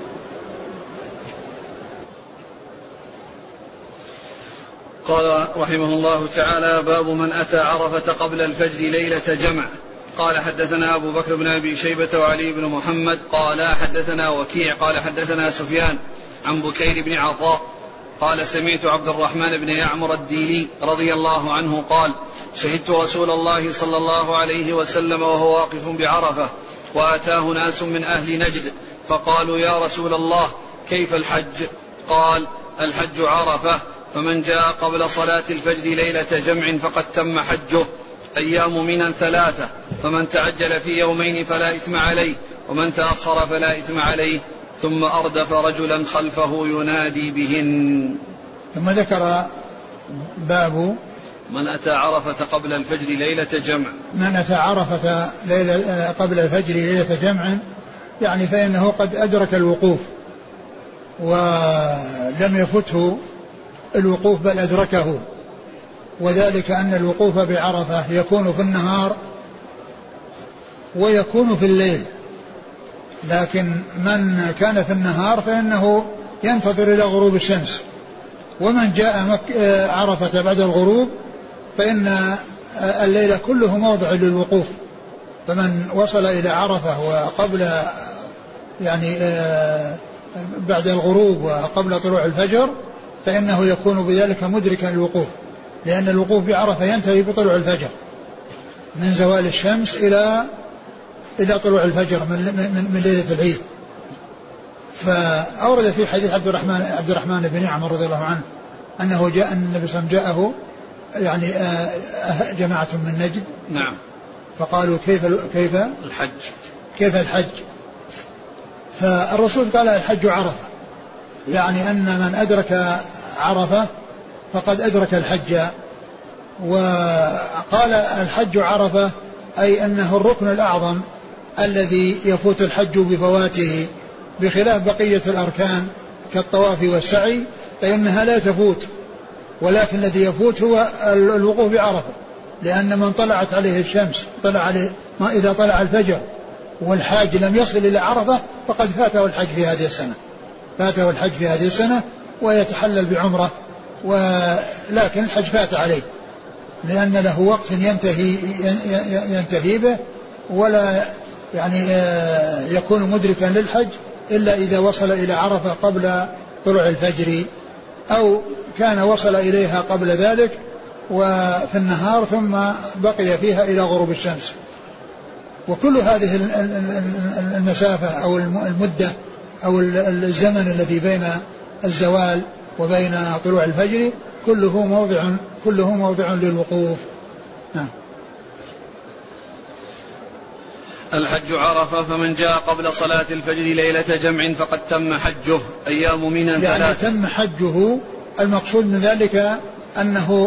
A: قال رحمه الله تعالى باب من أتى عرفة قبل الفجر ليلة جمع. قال حدثنا أبو بكر بن أبي شيبة وعلي بن محمد قال حدثنا وكيع قال حدثنا سفيان عن بكير بن عطاء قال سمعت عبد الرحمن بن يعمر الديلي رضي الله عنه قال شهدت رسول الله صلى الله عليه وسلم وهو واقف بعرفة وأتاه ناس من أهل نجد فقالوا يا رسول الله كيف الحج؟ قال الحج عرفة، فمن جاء قبل صلاة الفجر ليلة جمع فقد تم حجه. أيام منى 3، فمن تعجل في يومين فلا إثم عليه، ومن تأخر فلا إثم عليه. ثم أردف رجلا خلفه ينادي بهن.
B: ثم ذكر باب
A: من أتى عرفة قبل الفجر ليلة جمع.
B: من أتى عرفة قبل الفجر ليلة جمع يعني فإنه قد أدرك الوقوف ولم يفته الوقوف بل أدركه، وذلك أن الوقوف بعرفة يكون في النهار ويكون في الليل، لكن من كان في النهار فإنه ينتظر إلى غروب الشمس، ومن جاء عرفة بعد الغروب فإن الليل كله موضع للوقوف. فمن وصل إلى عرفة وقبل يعني بعد الغروب وقبل طلوع الفجر فإنه يكون بذلك مدركا الوقوف، لأن الوقوف بعرفة ينتهي بطلوع الفجر من زوال الشمس إلى طلوع الفجر من ليلة العيد. فأورد في حديث عبد الرحمن بن يعمر رضي الله عنه أنه جاء النبي صلى الله عليه وسلم جاءه يعني جماعة من نجد.
A: نعم.
B: فقالوا كيف الحج؟ فالرسول قال الحج عرفة، يعني أن من أدرك عرفة فقد أدرك الحج. وقال الحج عرفة أي أنه الركن الأعظم الذي يفوت الحج بفواته، بخلاف بقية الأركان كالطواف والسعي فإنها لا تفوت، ولكن الذي يفوت هو الوقوف بعرفة، لأن من طلعت عليه الشمس إذا طلع الفجر والحاج لم يصل إلى عرفة فقد فاته الحج في هذه السنة، فاته الحج في هذه السنة ويتحلل بعمرة، ولكن الحج فات عليه لأن له وقت ينتهي به، ولا يعني يكون مدركا للحج إلا إذا وصل إلى عرفة قبل طلوع الفجر، أو كان وصل إليها قبل ذلك وفي النهار ثم بقي فيها إلى غروب الشمس. وكل هذه المسافة أو المدة أو الزمن الذي بين الزوال وبين طلوع الفجر كله موضع للوقوف. نعم.
A: الحج عرفة، فمن جاء قبل صلاة الفجر ليلة جمع فقد تم حجه. أيام منى ثلاث.
B: يعني تم حجه، المقصود من ذلك أنه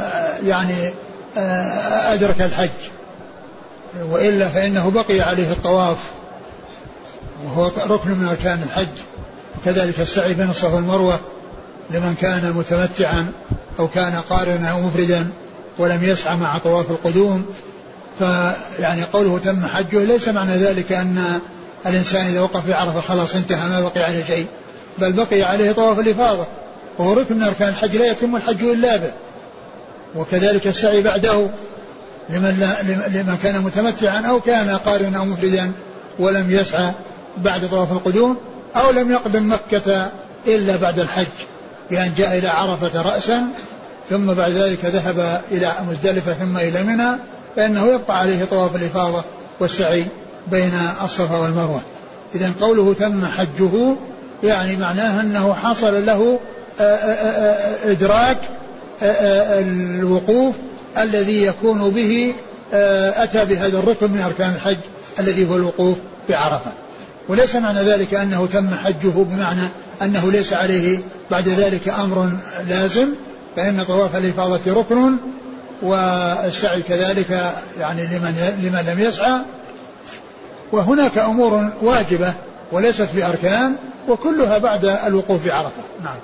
B: أدرك الحج، وإلا فإنه بقي عليه الطواف وهو ركن من أركان الحج، وكذلك السعي بين الصفا والمروة لمن كان متمتعا أو كان قارنا أو مفردا ولم يسعى مع طواف القدوم. فيعني قوله تم حجه ليس معنى ذلك أن الإنسان إذا وقف في عرفة خلاص انتهى ما بقي عليه شيء، بل بقي عليه طواف الإفاضة وهو ركن من أركان الحج لا يتم الحج إلا به، وكذلك السعي بعده لمن كان متمتعا أو كان قارنا أو مفردا ولم يسعى بعد طواف القدوم، أو لم يقدم مكة إلا بعد الحج، بأن جاء إلى عرفة رأسا ثم بعد ذلك ذهب إلى مزدلفة ثم إلى منى، فإنه يبقى عليه طواف الإفاضة والسعي بين الصفا والمروة. إذن قوله تم حجه يعني معناه أنه حصل له إدراك الوقوف الذي يكون به أتى بهذا الركن من أركان الحج الذي هو الوقوف بعرفة. وليس معنى ذلك أنه تم حجه بمعنى أنه ليس عليه بعد ذلك أمر لازم، فإن طواف الإفاضة ركن والسعي كذلك يعني لمن لم يسعى، وهناك أمور واجبة وليست بأركان وكلها بعد الوقوف بعرفة. نعم.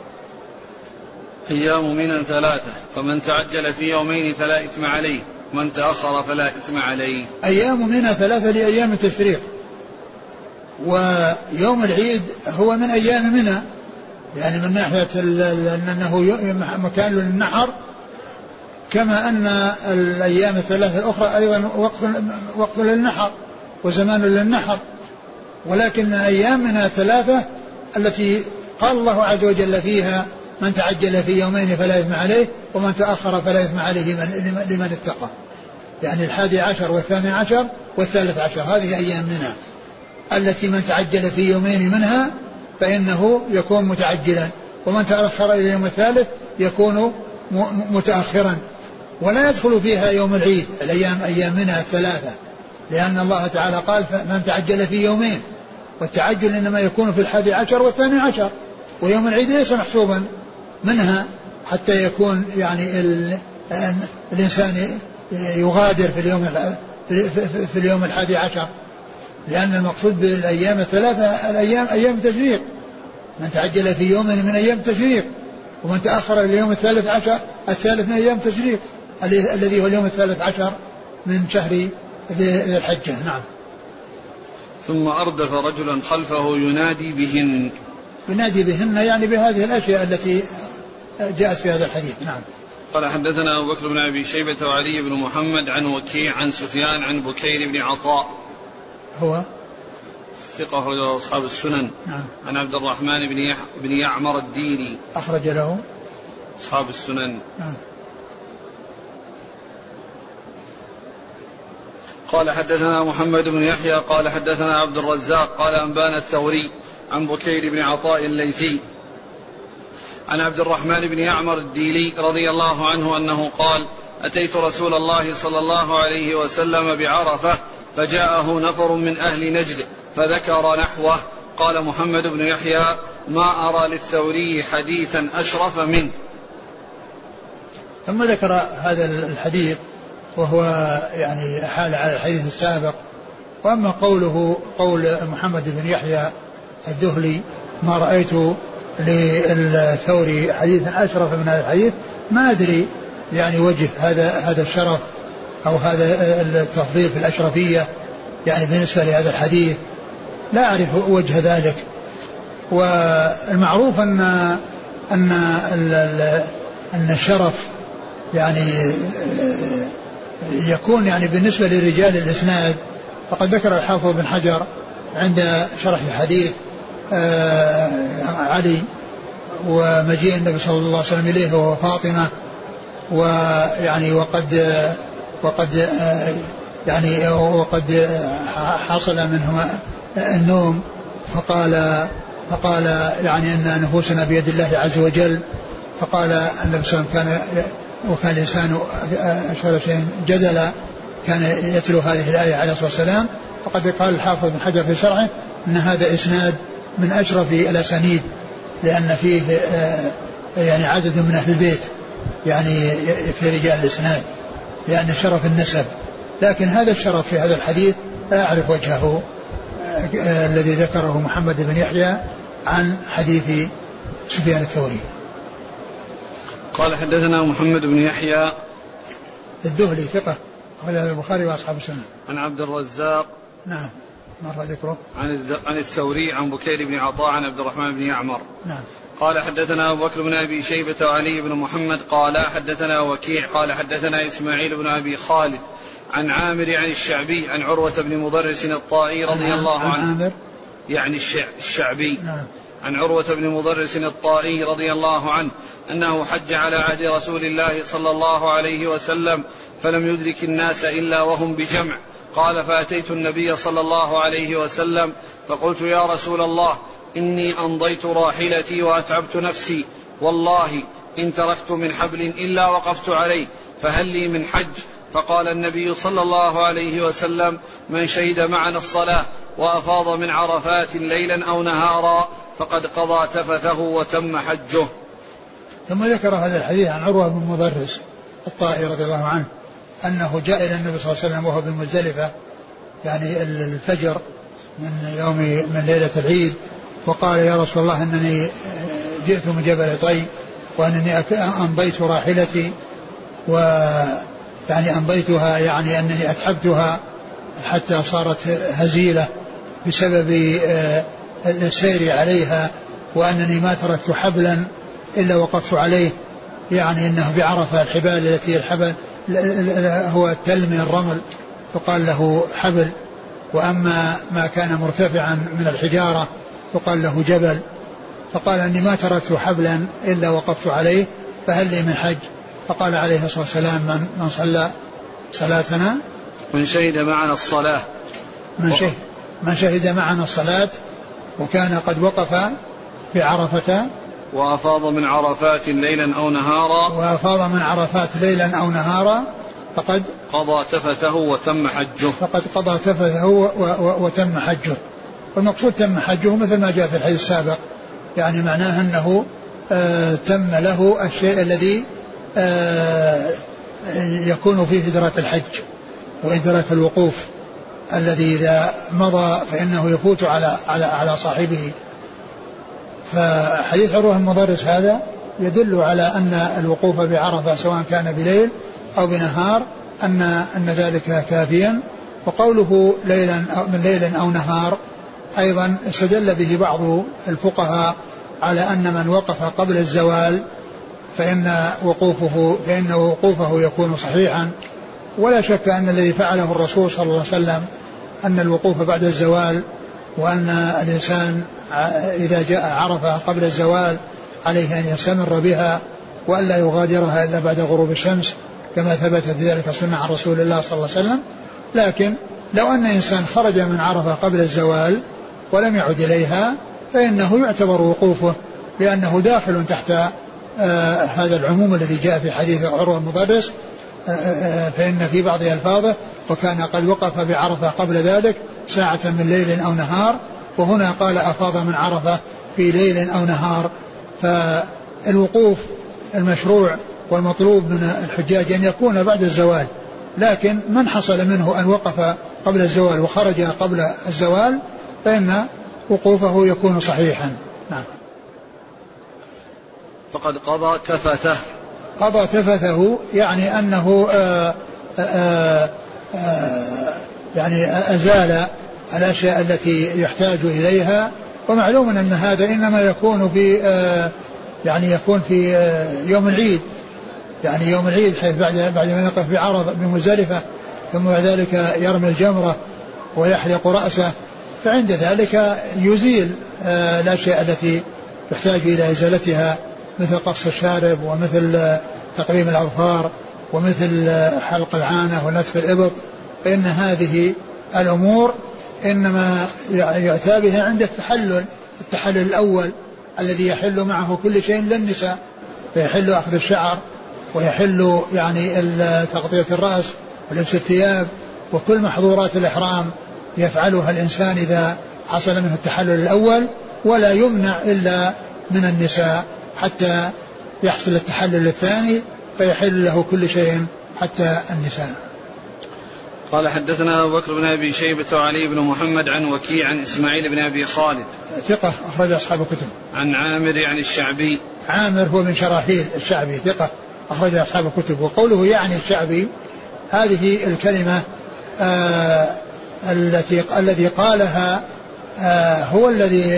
A: أيام منى ثلاثة، فمن تعجل في يومين فلا إثم عليه، ومن تأخر فلا إثم عليه.
B: أيام منى ثلاثة لأيام التشريق، ويوم العيد هو من أيام منى، يعني من ناحية أنه مكان للنحر، كما أن الأيام الثلاثة الأخرى أيضا وقت للنحر وزمان للنحر. ولكن أيام منى ثلاثة التي قال الله عز وجل فيها من تعجل في يومين فلا إثم عليه ومن تأخر فلا إثم عليه لمن اتقى، يعني 11 و12 و13، هذه أيام منى التي من تعجل في يومين منها فإنه يكون متعجلا، ومن تأخر إلى اليوم الثالث يكون متأخرا. ولا يدخل فيها يوم العيد، الأيام أيام منها الثلاثة، لأن الله تعالى قال من تعجل في يومين، والتعجل إنما يكون في 11 و12، ويوم العيد ليس محسوبا منها حتى يكون يعني الإنسان يغادر في اليوم 11، لأن المقصود بالأيام الثلاثة الأيام أيام التشريق، من تعجل في يوم من أيام التشريق، ومن تأخر إلى اليوم 13 من أيام التشريق الذي هو اليوم 13 من شهر ذي الحجة. نعم.
A: ثم أردف رجلا خلفه ينادي بهن
B: يعني بهذه الأشياء التي جاءت في هذا الحديث. نعم.
A: قال حدثنا أبو بكر بن أبي شيبة وعلي بن محمد عن وكيع عن سفيان عن بكير بن عطاء
B: هو
A: ثقة أخرجه أصحاب السنن.
B: نعم.
A: عن عبد الرحمن بن يعمر الديني
B: أخرج له
A: أصحاب السنن.
B: نعم.
A: قال حدثنا محمد بن يحيى قال حدثنا عبد الرزاق قال أنبانا الثوري عن بكير بن عطاء الليثي عن عبد الرحمن بن يعمر الديلي رضي الله عنه أنه قال أتيت رسول الله صلى الله عليه وسلم بعرفة فجاءه نفر من أهل نجد فذكر نحوه قال محمد بن يحيى: ما أرى للثوري حديثا أشرف منه.
B: ثم ذكر هذا الحديث وهو يعني حال على الحديث السابق. وأما قول محمد بن يحيى الذهلي: ما رأيت للثوري حديثا أشرف من هذا الحديث، ما أدري يعني وجه هذا الشرف أو هذا التفضيل في الأشرفية يعني بالنسبة لهذا الحديث، لا أعرف وجه ذلك. والمعروف أن الشرف يعني يكون يعني بالنسبة لرجال الإسناد. فقد ذكر الحافظ بن حجر عند شرح الحديث علي ومجيء النبي صلى الله عليه وسلم إليه وهو فاطمة، ويعني وقد حصل منه النوم، فقال يعني أن نفوسنا بيد الله عز وجل. فقال النبي صلى الله عليه وسلم وكان الإنسان أشهر شيء جدلا، كان يتلو هذه الآية عليه الصلاة والسلام. فقد قال الحافظ بن حجر في شرحه أن هذا إسناد من أشرف الأسانيد، لأن فيه يعني عدد من أهل البيت يعني في رجال الإسناد، لأن شرف النسب. لكن هذا الشرف في هذا الحديث لا أعرف وجهه الذي ذكره محمد بن يحيى عن حديث سفيان الثوري.
A: قال حدثنا محمد بن يحيى
B: الذهلي ثقة أخرج البخاري وأصحاب السنة.
A: عن عبد الرزاق
B: نعم مر ذكره.
A: عن الثوري عن بكير بن عطاء عن عبد الرحمن بن يعمر.
B: نعم.
A: قال حدثنا أبو بكر بن أبي شيبة وعلي بن محمد قال حدثنا وكيع قال حدثنا إسماعيل بن أبي خالد عن عامر عن الشعبي عن عروة بن مضرس الطائي رضي الله عنه.
B: عامر
A: يعني الشعبي.
B: نعم.
A: عن عروة بن مضرس الطائي رضي الله عنه أنه حج على عهد رسول الله صلى الله عليه وسلم فلم يدرك الناس إلا وهم بجمع. قال: فأتيت النبي صلى الله عليه وسلم فقلت: يا رسول الله، إني أمضيت راحلتي وأتعبت نفسي، والله إن تركت من حبل إلا وقفت عليه، فهل لي من حج؟ فقال النبي صلى الله عليه وسلم: من شهد معنا الصلاة وأفاض من عرفات ليلا أو نهارا فقد قضى تفثه وتم حجه.
B: ثم ذكر هذا الحديث عن عروة بن مضرس الطائي رضي الله عنه أنه جاء إلى النبي صلى الله عليه وسلم وهو بمزدلفة يعني الفجر من ليلة العيد، وقال: يا رسول الله، إنني جئت من جبل طي وأنني أمضيت راحلتي ويعني أمضيتها يعني أنني أتعبتها حتى صارت هزيلة بسبب السير عليها، وأنني ما تركت حبلا إلا وقفت عليه، يعني أنه بعرفة الحبال التي الحبل هو التل من الرمل فقال له حبل، وأما ما كان مرتفعا من الحجارة فقال له جبل. فقال: أني ما تركت حبلا إلا وقفت عليه، فهل لي من حج؟ فقال عليه الصلاة والسلام: من صلى صلاتنا
A: من شهد معنا الصلاة
B: من شهد معنا الصلاة وكان قد وقف بعرفة
A: وأفاض من عرفات ليلا أو نهارا فقد قضى تفثه
B: وتم حجه. والمقصود تم حجه مثل ما جاء في الحديث السابق، يعني معناه أنه تم له الشيء الذي يكون فيه إدراك الحج وإدراك الوقوف الذي إذا مضى فإنه يفوت على صاحبه. فحديث عروة المضرس هذا يدل على أن الوقوف بعرفة سواء كان بليل أو بنهار أن ذلك كافيا. وقوله من ليل أو نهار أيضا استدل به بعض الفقهاء على أن من وقف قبل الزوال فإن وقوفه يكون صحيحا. ولا شك أن الذي فعله الرسول صلى الله عليه وسلم أن الوقوف بعد الزوال، وأن الإنسان إذا جاء عرفة قبل الزوال عليه أن يستمر بها وألا يغادرها إلا بعد غروب الشمس كما ثبتت ذلك سنة عن رسول الله صلى الله عليه وسلم. لكن لو أن إنسان خرج من عرفة قبل الزوال ولم يعد إليها فإنه يعتبر وقوفه لأنه داخل تحت هذا العموم الذي جاء في حديث عروة المضرس، فإن في بعض ألفاظه: وكان قد وقف بعرفة قبل ذلك ساعة من ليل أو نهار، وهنا قال أفاض من عرفة في ليل أو نهار. فالوقوف المشروع والمطلوب من الحجاج أن يكون بعد الزوال، لكن من حصل منه أن وقف قبل الزوال وخرج قبل الزوال فإن وقوفه يكون صحيحا. نعم.
A: فقد قضى تفثه.
B: قضى تفثه يعني أنه يعني أزال الأشياء التي يحتاج إليها. ومعلوم أن هذا إنما يكون في يعني يكون في يوم العيد، يعني يوم العيد حيث بعد ما يقف بعرفة بمزدلفة ثم بعد ذلك يرمي الجمرة ويحلق رأسه، فعند ذلك يزيل الأشياء التي يحتاج إلى إزالتها مثل قص الشارب ومثل تقليم الأظفار ومثل حلق العانة ونتف الإبط. فإن هذه الأمور إنما يأتى بها عند التحلل الأول الذي يحل معه كل شيء للنساء، فيحل أخذ الشعر ويحل يعني تغطية الرأس ولبس الثياب وكل محظورات الإحرام يفعلها الإنسان إذا حصل منه التحلل الأول، ولا يمنع إلا من النساء حتى يحصل التحلل الثاني فيحل له كل شيء حتى النساء.
A: قال حدثنا أبو بكر بن أبي شيبة وعلي بن محمد عن وكيع عن إسماعيل بن أبي خالد
B: ثقة أخرج أصحاب الكتب.
A: عن عامر يعني الشعبي.
B: عامر هو من شراحيل الشعبي ثقة أخرج أصحاب الكتب. وقوله يعني الشعبي هذه الكلمة التي قالها هو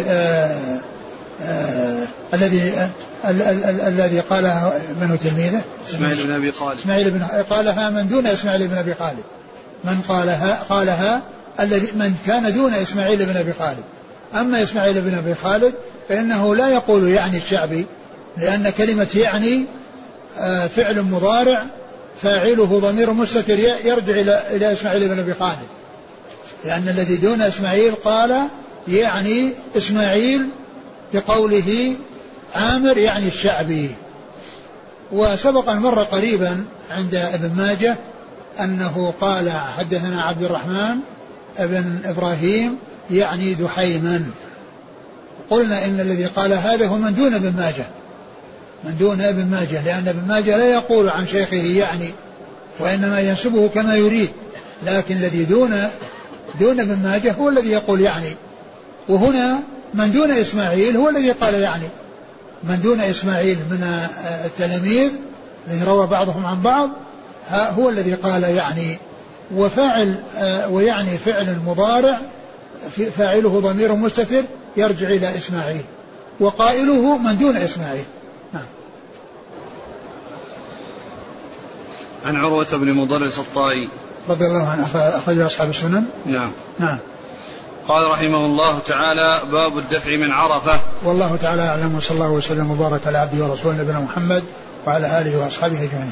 B: الذي قالها من تلميذه
A: إسماعيل بن أبي خالد.
B: قالها من دون إسماعيل بن أبي خالد. من قالها الذي من كان دون إسماعيل بن أبي خالد. أما إسماعيل بن أبي خالد فإنه لا يقول يعني الشعبي، لأن كلمة يعني فعل مضارع فاعله ضمير مستتر يرجع إلى إسماعيل بن أبي خالد، لأن الذي دون إسماعيل قال يعني إسماعيل بقوله عامر يعني الشعبي. وسبق أن مر قريبا عند ابن ماجه أنه قال حدثنا عبد الرحمن ابن إبراهيم يعني دحيما. قلنا إن الذي قال هذا هو من دون ابن ماجه، من دون ابن ماجه، لأن ابن ماجه لا يقول عن شيخه يعني، وإنما ينسبه كما يريد، لكن الذي دون ابن ماجه هو الذي يقول يعني. وهنا من دون إسماعيل هو الذي قال يعني، من دون إسماعيل من التلاميذ الذي روى بعضهم عن بعض هو الذي قال يعني. وفاعل ويعني فعل مضارع فاعله ضمير مستتر يرجع إلى إسماعيل، وقائله من دون إسماعيل. نعم.
A: عن عروة بن مضرس الطائي
B: رضي الله عنه أخرج أصحاب السنن.
A: نعم.
B: نعم.
A: قال رحمه الله تعالى باب الدفع من عرفة.
B: والله تعالى أعلم، وصلى الله وسلم وبارك على عبده ورسوله نبينا محمد وعلى آله وأصحابه أجمعين.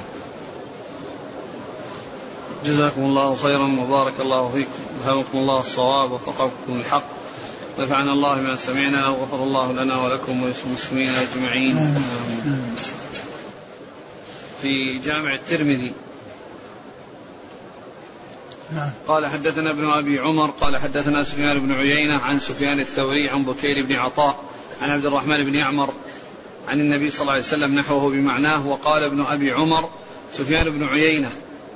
A: جزاكم الله خيرا وبارك الله فيكم، ألهمكم الله الصواب ووفقكم الحق، نفعنا الله بما سمعنا وغفر الله لنا ولكم وللمسلمين أجمعين. في جامع الترمذي قال حدثنا ابن أبي عمر قال حدثنا سفيان بن عيينة عن سفيان الثوري عن بكير بن عطاء عن عبد الرحمن بن يعمر عن النبي صلى الله عليه وسلم نحوه بمعناه. وقال ابن أبي عمر سفيان بن عيينة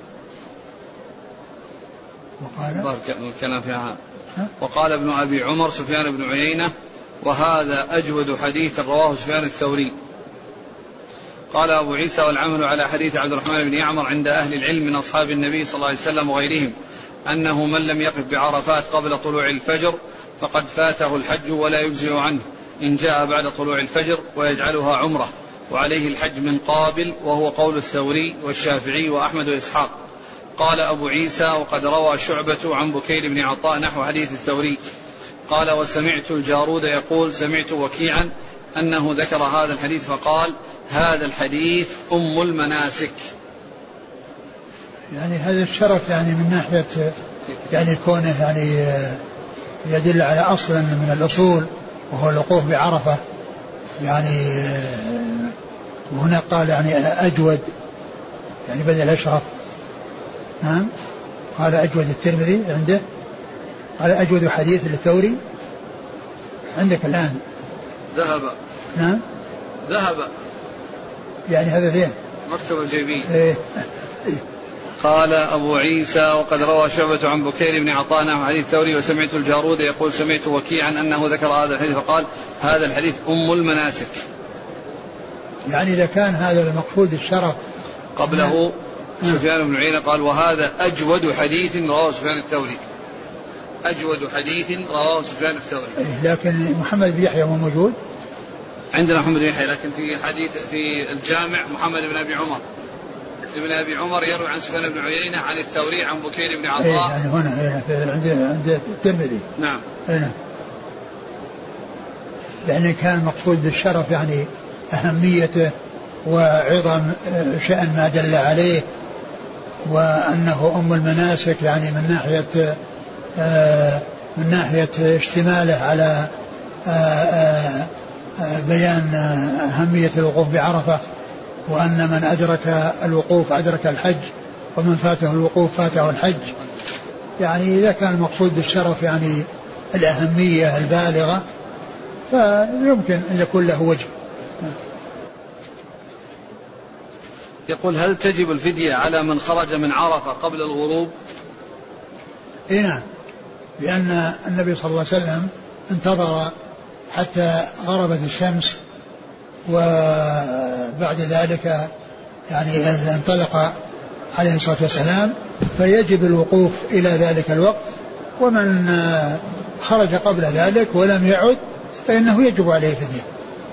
A: الكلام فيها. وقال ابن أبي عمر سفيان بن عيينة وهذا أجود حديث رواه سفيان الثوري. قال أبو عيسى والعمل على حديث عبد الرحمن بن يعمر عند أهل العلم من أصحاب النبي صلى الله عليه وسلم وغيرهم أنه من لم يقف بعرفات قبل طلوع الفجر فقد فاته الحج ولا يجزئ عنه إن جاء بعد طلوع الفجر ويجعلها عمرة، وعليه الحج من قابل، وهو قول الثوري والشافعي وأحمد وإسحاق. قال أبو عيسى وقد روى شعبة عن بكير بن عطاء نحو حديث الثوري. قال وسمعت الجارود يقول سمعت وكيعا أنه ذكر هذا الحديث فقال هذا الحديث أم المناسك.
B: يعني هذا الشرف يعني من ناحية يعني كونه يعني يدل على أصل من الأصول وهو الوقوف بعرفة يعني. وهنا قال يعني أجود يعني بدل أشرف. نعم. قال أجود الترمذي عنده قال أجود حديث للثوري عندك الآن
A: ذهب.
B: نعم
A: ذهب
B: يعني هذا فين؟
A: مكتبة جيبين.
B: إيه.
A: قال أبو عيسى وقد روى شعبة عن بكير بن عطاء نحو حديث الثوري وسمعت الجارود يقول سمعت وكيعا أنه ذكر هذا الحديث فقال هذا الحديث أم المناسك.
B: يعني إذا كان هذا المقصود الشرف
A: قبله سفيان بن عيينة قال وهذا أجود حديث رواه سفيان الثوري. أجود حديث رواه سفيان الثوري.
B: لكن محمد بن يحيى هو موجود
A: عندنا محمد بن يحيى لكن في حديث في الجامع محمد بن أبي عمر ابن أبي عمر يروي عن سفيان بن عيينة عن الثوري عن بكير بن عطاء.
B: يعني هنا عند الترمذي.
A: نعم.
B: هنا يعني كان مقصود بالشرف يعني أهميته وعظم شأن ما دل عليه وأنه أم المناسك يعني من ناحية اشتماله على بيان أهمية الوقوف بعرفة وأن من أدرك الوقوف أدرك الحج ومن فاته الوقوف فاته الحج. يعني إذا كان المقصود بالشرف يعني الأهمية البالغة فيمكن أن يكون له وجه.
A: يقول هل تجب الفدية على من خرج من عرفة قبل الغروب؟
B: إيه نعم، لأن النبي صلى الله عليه وسلم انتظر حتى غربت الشمس وبعد ذلك يعني انطلق عليه الصلاة والسلام فيجب الوقوف إلى ذلك الوقت ومن خرج قبل ذلك ولم يعد فإنه يجب عليه فدية.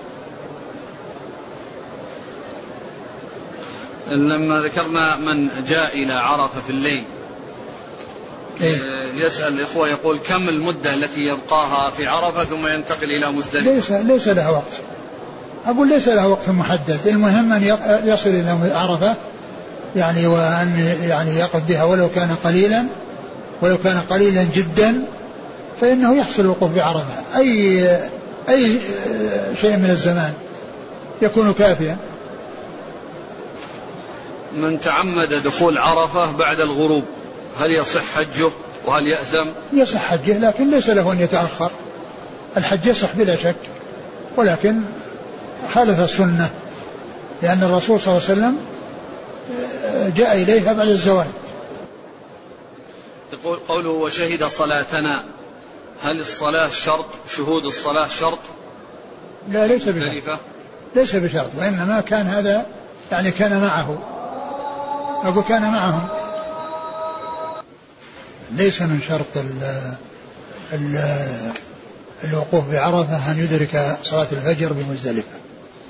A: لما ذكرنا من جاء إلى عرفة في الليل يسأل الإخوة يقول كم المدة التي يبقاها في عرفة ثم ينتقل إلى مزدلفة؟
B: ليس لها وقت، أقول ليس لها وقت محدد، المهم أن يصل إلى عرفة يعني وأن يعني يقف بها ولو كان قليلا جدا فإنه يحصل الوقوف بعرفة أي شيء من الزمان يكون كافيا.
A: من تعمد دخول عرفة بعد الغروب هل يصح حجه وهل يأثم؟
B: يصح حجه لكن ليس له أن يتأخر، الحج يصح بلا شك ولكن خالف السنة لأن الرسول صلى الله عليه وسلم جاء إليها بعد الزوال.
A: يقول قوله وشهد صلاتنا هل الصلاة شرط؟ شهود الصلاة شرط؟
B: لا ليس بشرط وإنما كان هذا يعني كان معه أقول كان معهم، ليس من شرط الوقوف بعرفة أن يدرك صلاة الفجر بمزدلفة.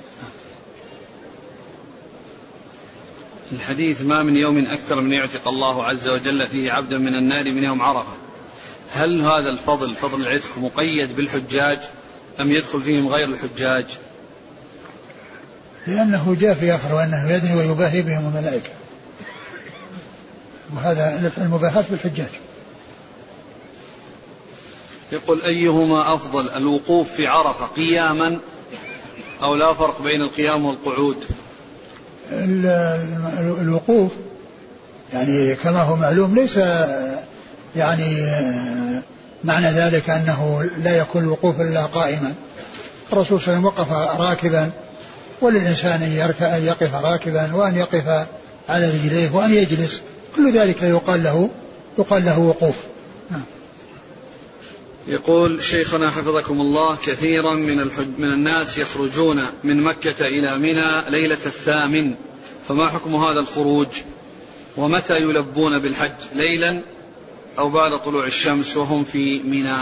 A: الحديث ما من يوم أكثر من يعتق الله عز وجل فيه عبدا من النار من يوم عرفة، هل هذا الفضل فضل العتق مقيد بالحجاج أم يدخل فيهم غير الحجاج؟
B: لأنه جاء في آخر وأنه يدني ويباهي بهم الملائكة وهذا المباهاة بالحجاج.
A: يقول أيهما أفضل الوقوف في عرفة قياما أو لا فرق بين القيام والقعود؟
B: الوقوف يعني كما هو معلوم ليس يعني معنى ذلك أنه لا يكون الوقوف إلا قائما. الرسول صلى الله عليه وسلم وقف راكبا وللإنسان أن يقف راكبا وأن يقف على رجليه وأن يجلس، كل ذلك يقال له وقوف.
A: يقول شيخنا حفظكم الله كثيرا من الناس يخرجون من مكة إلى منى ليلة الثامن، فما حكم هذا الخروج ومتى يلبون بالحج ليلا أو بعد طلوع الشمس وهم في منى؟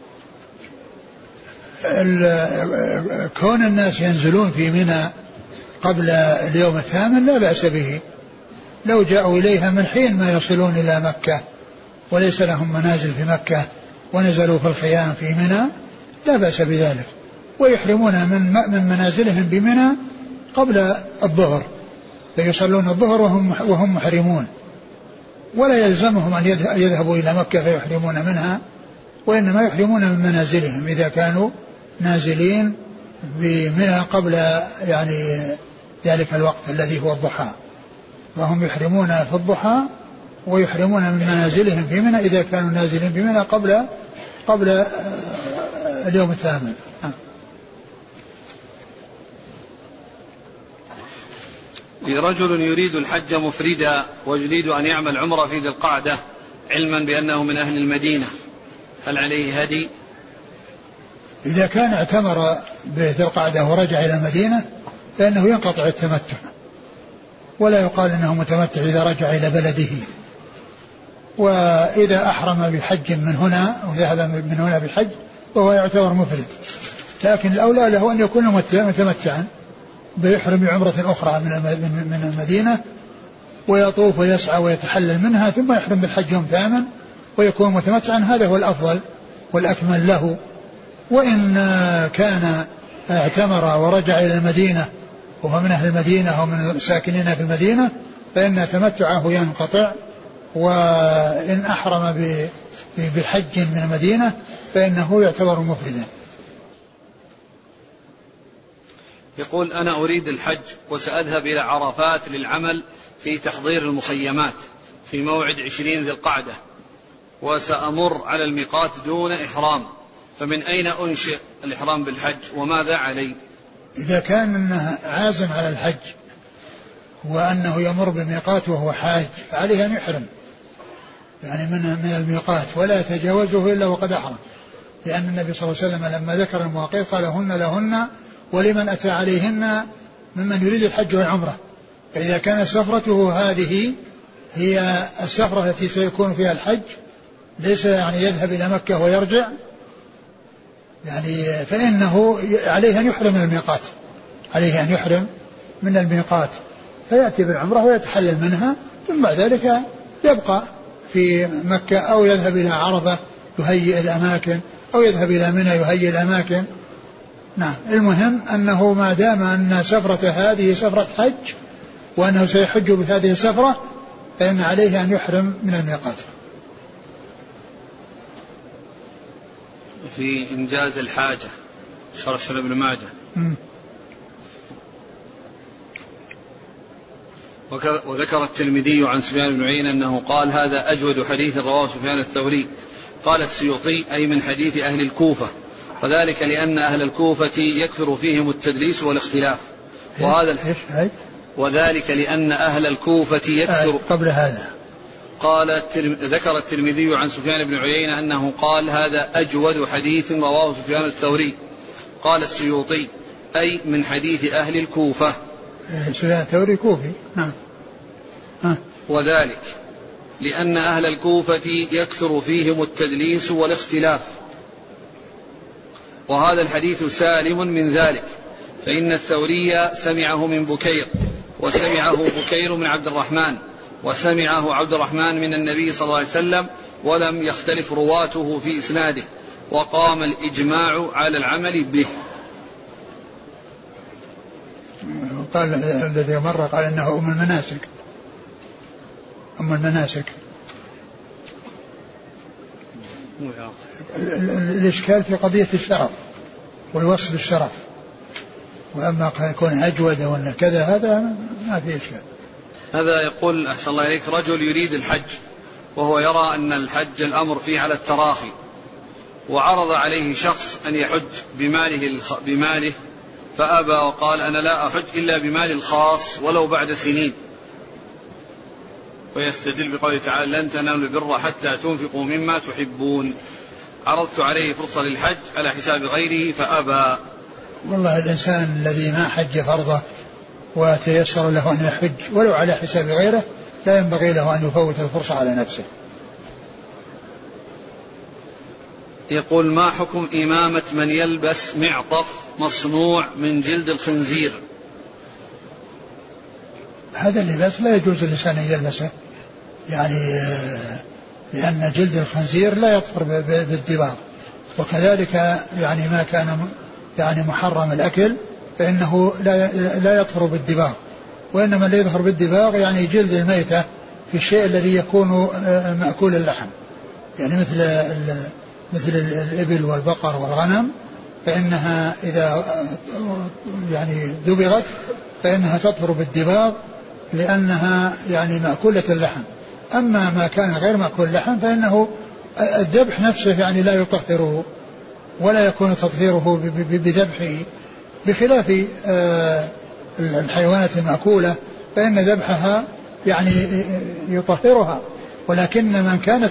B: كون الناس ينزلون في منى قبل اليوم الثامن لا بأس به، لو جاءوا إليها من حين ما يصلون إلى مكة وليس لهم منازل في مكة ونزلوا في الخيام في منى لا بأس بذلك، ويحرمون من منازلهم بمنى قبل الظهر فيصلون الظهر وهم محرمون، ولا يلزمهم أن يذهبوا إلى مكة فيحرمون منها، وإنما يحرمون من منازلهم إذا كانوا نازلين بمنى قبل يعني ذلك الوقت الذي هو الضحى، وهم يحرمون في الضحى ويحرمون من منازلهم في منى إذا كانوا نازلين بمنى قبل اليوم الثامن.
A: رجل يريد الحج مفردا ويريد أن يعمل عمرة في ذي القعدة علما بأنه من أهل المدينة، هل عليه هدي؟
B: إذا كان اعتمر بذي القعدة ورجع إلى المدينة فإنه ينقطع التمتع، ولا يقال إنه متمتع إذا رجع إلى بلده. وإذا أحرم بحج من هنا أو ذهب من هنا بحج وهو يعتبر مفرد، لكن الأولى له أن يكون متمتعا بيحرم بعمرة أخرى من المدينة ويطوف ويسعى ويتحلل منها ثم يحرم بالحج يوم ثامن ويكون متمتعا، هذا هو الأفضل والأكمل له. وإن كان اعتمر ورجع إلى المدينة وهو من أهل المدينة ومن الساكنين في المدينة فإن تمتعه ينقطع، وإن أحرم بحج من المدينة فإنه يعتبر مفردا.
A: يقول أنا أريد الحج وسأذهب إلى عرفات للعمل في تحضير المخيمات في موعد 20 ذي القعدة، وسأمر على الميقات دون إحرام، فمن أين أنشئ الإحرام بالحج وماذا علي؟
B: إذا كان عازم على الحج وأنه يمر بميقات وهو حاج فعليه أن يحرم يعني من الميقات ولا يتجاوزه إلا وقد أحرم، لأن النبي صلى الله عليه وسلم لما ذكر المواقيت قال هن لهن ولمن أتى عليهن ممن يريد الحج والعمرة. فإذا كانت سفرته هذه هي السفرة التي سيكون فيها الحج ليس يعني يذهب إلى مكة ويرجع يعني فإنه عليه أن يحرم من الميقات، عليه أن يحرم من الميقات فيأتي بالعمرة ويتحلل منها، ثم بعد ذلك يبقى في مكة أو يذهب إلى عرفة يهيئ الأماكن أو يذهب إلى منى يهيئ الأماكن. نعم، المهم أنه ما دام أن سفرة هذه سفرة حج وأنه سيحج بهذه السفرة فإن عليه أن يحرم من الميقات.
A: في إنجاز الحاجة شرح ابن ماجه وذكر الترمذي عن سفيان بن عيينة أنه قال هذا أجود حديث رواه سفيان الثوري. قال السيوطي أي من حديث أهل الكوفة، وذلك لأن أهل الكوفة يكثر فيهم التدليس والاختلاف، وذلك لأن أهل الكوفة يكثر
B: قبل هذا
A: قال ذكر الترمذي عن سفيان بن عيينة أنه قال هذا أجود حديث رواه سفيان الثوري. قال السيوطي أي من حديث أهل الكوفة.
B: سفيان الثوري كوفي. نعم.
A: وذلك لأن أهل الكوفة يكثر فيهم التدليس والاختلاف، وهذا الحديث سالم من ذلك، فإن الثوري سمعه من بكير، وسمعه بكير من عبد الرحمن، وسمعه عبد الرحمن من النبي صلى الله عليه وسلم، ولم يختلف رواته في إسناده، وقام الإجماع على العمل به.
B: قال الذي مر قال إنه أم المناسك. الإشكال في قضية الشرف والوصف بالشرف، وأما يكون أجود وأن كذا هذا ما في إشكال.
A: هذا يقول أحسن الله إليك رجل يريد الحج وهو يرى أن الحج الأمر فيه على التراخي، وعرض عليه شخص أن يحج بماله فأبى وقال أنا لا أحج إلا بمالي الخاص ولو بعد سنين، ويستدل بقوله تعالى لن تنالوا البر حتى تنفقوا مما تحبون. عرضت عليه فرصة للحج على حساب غيره فأبى.
B: والله الإنسان الذي ما حج فرضه وتيسر له أن يحج ولو على حساب غيره لا ينبغي له أن يفوت الفرصة على نفسه.
A: يقول ما حكم إمامة من يلبس معطف مصنوع من جلد الخنزير؟
B: هذا اللباس لا يجوز للإنسان أن يلبسه، يعني لأن جلد الخنزير لا يطهر بالدباغ، وكذلك يعني ما كان يعني محرم الأكل فإنه لا يطهر بالدباغ، وإنما اللي يظهر بالدباغ يعني جلد الميتة في الشيء الذي يكون مأكول اللحم، يعني مثل الإبل والبقر والغنم، فإنها إذا يعني دبغت فإنها تطهر بالدباغ لأنها يعني مأكولة اللحم. أما ما كان غير مأكول اللحم فإنه الذبح نفسه يعني لا يطهره ولا يكون تطهيره بذبحه، بخلاف الحيوانات المأكولة فإن ذبحها يعني يطهرها، ولكن من كانت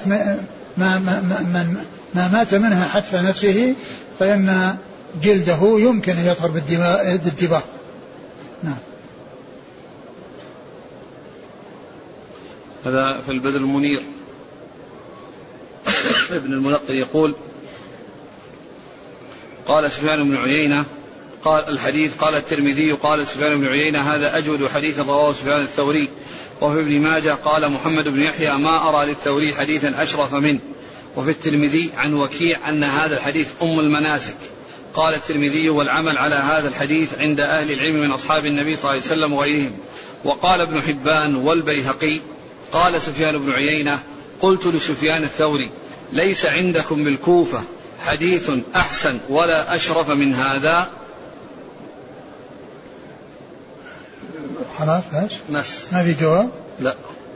B: ما مات منها حتف نفسه فإن جلده يمكن أن يطهر بالدباغ. نعم.
A: هذا في البدر المنير. ابن الملقن يقول قال سفيان بن عيينة قال الحديث قال الترمذي قال سفيان بن عيينة هذا أجود حديث رواه سفيان الثوري. وفي ابن ماجه قال محمد بن يحيى ما أرى للثوري حديثا أشرف منه. وفي الترمذي عن وكيع أن هذا الحديث أم المناسك. قال الترمذي والعمل على هذا الحديث عند أهل العلم من أصحاب النبي صلى الله عليه وسلم وغيرهم. وقال ابن حبان والبيهقي قال سفيان بن عيينة قلت لسفيان الثوري ليس عندكم بالكوفة حديث أحسن ولا أشرف من هذا؟
B: خلاص
A: نس
B: ما في جواب.
A: لا.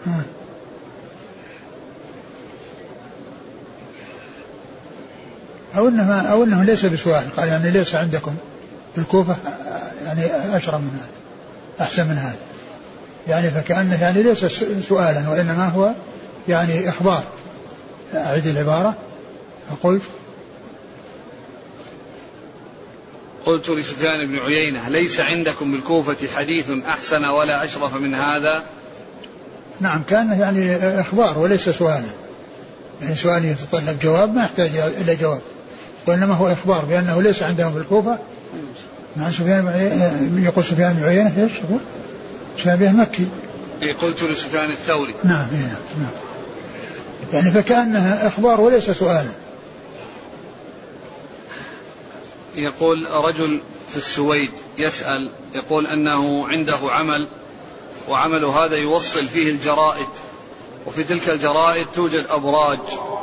B: أو أنه ليس بسؤال، قال يعني ليس عندكم بالكوفة يعني أشرف من هذا أحسن من هذا، يعني فكأنه يعني ليس سؤالا وإنما هو يعني إخبار. أعيد العبارة.
A: قلت لسفيان بن عيينة ليس عندكم بالكوفة حديث أحسن ولا أشرف من هذا؟
B: نعم، كان يعني إخبار وليس سؤالا، يعني سؤال يتطلب جواب ما يحتاج إلى جواب، وإنما هو إخبار بأنه ليس عندهم بالكوفة. نعم. يقول سفيان بن عيينة ايش يقول؟ شابه مكي.
A: قلت لسفيان الثوري.
B: نعم. يعني فكأنها إخبار وليس سؤالا.
A: يقول رجل في السويد يسأل يقول أنه عنده عمل، وعمل هذا يوصل فيه الجرائد، وفي تلك الجرائد توجد أبراج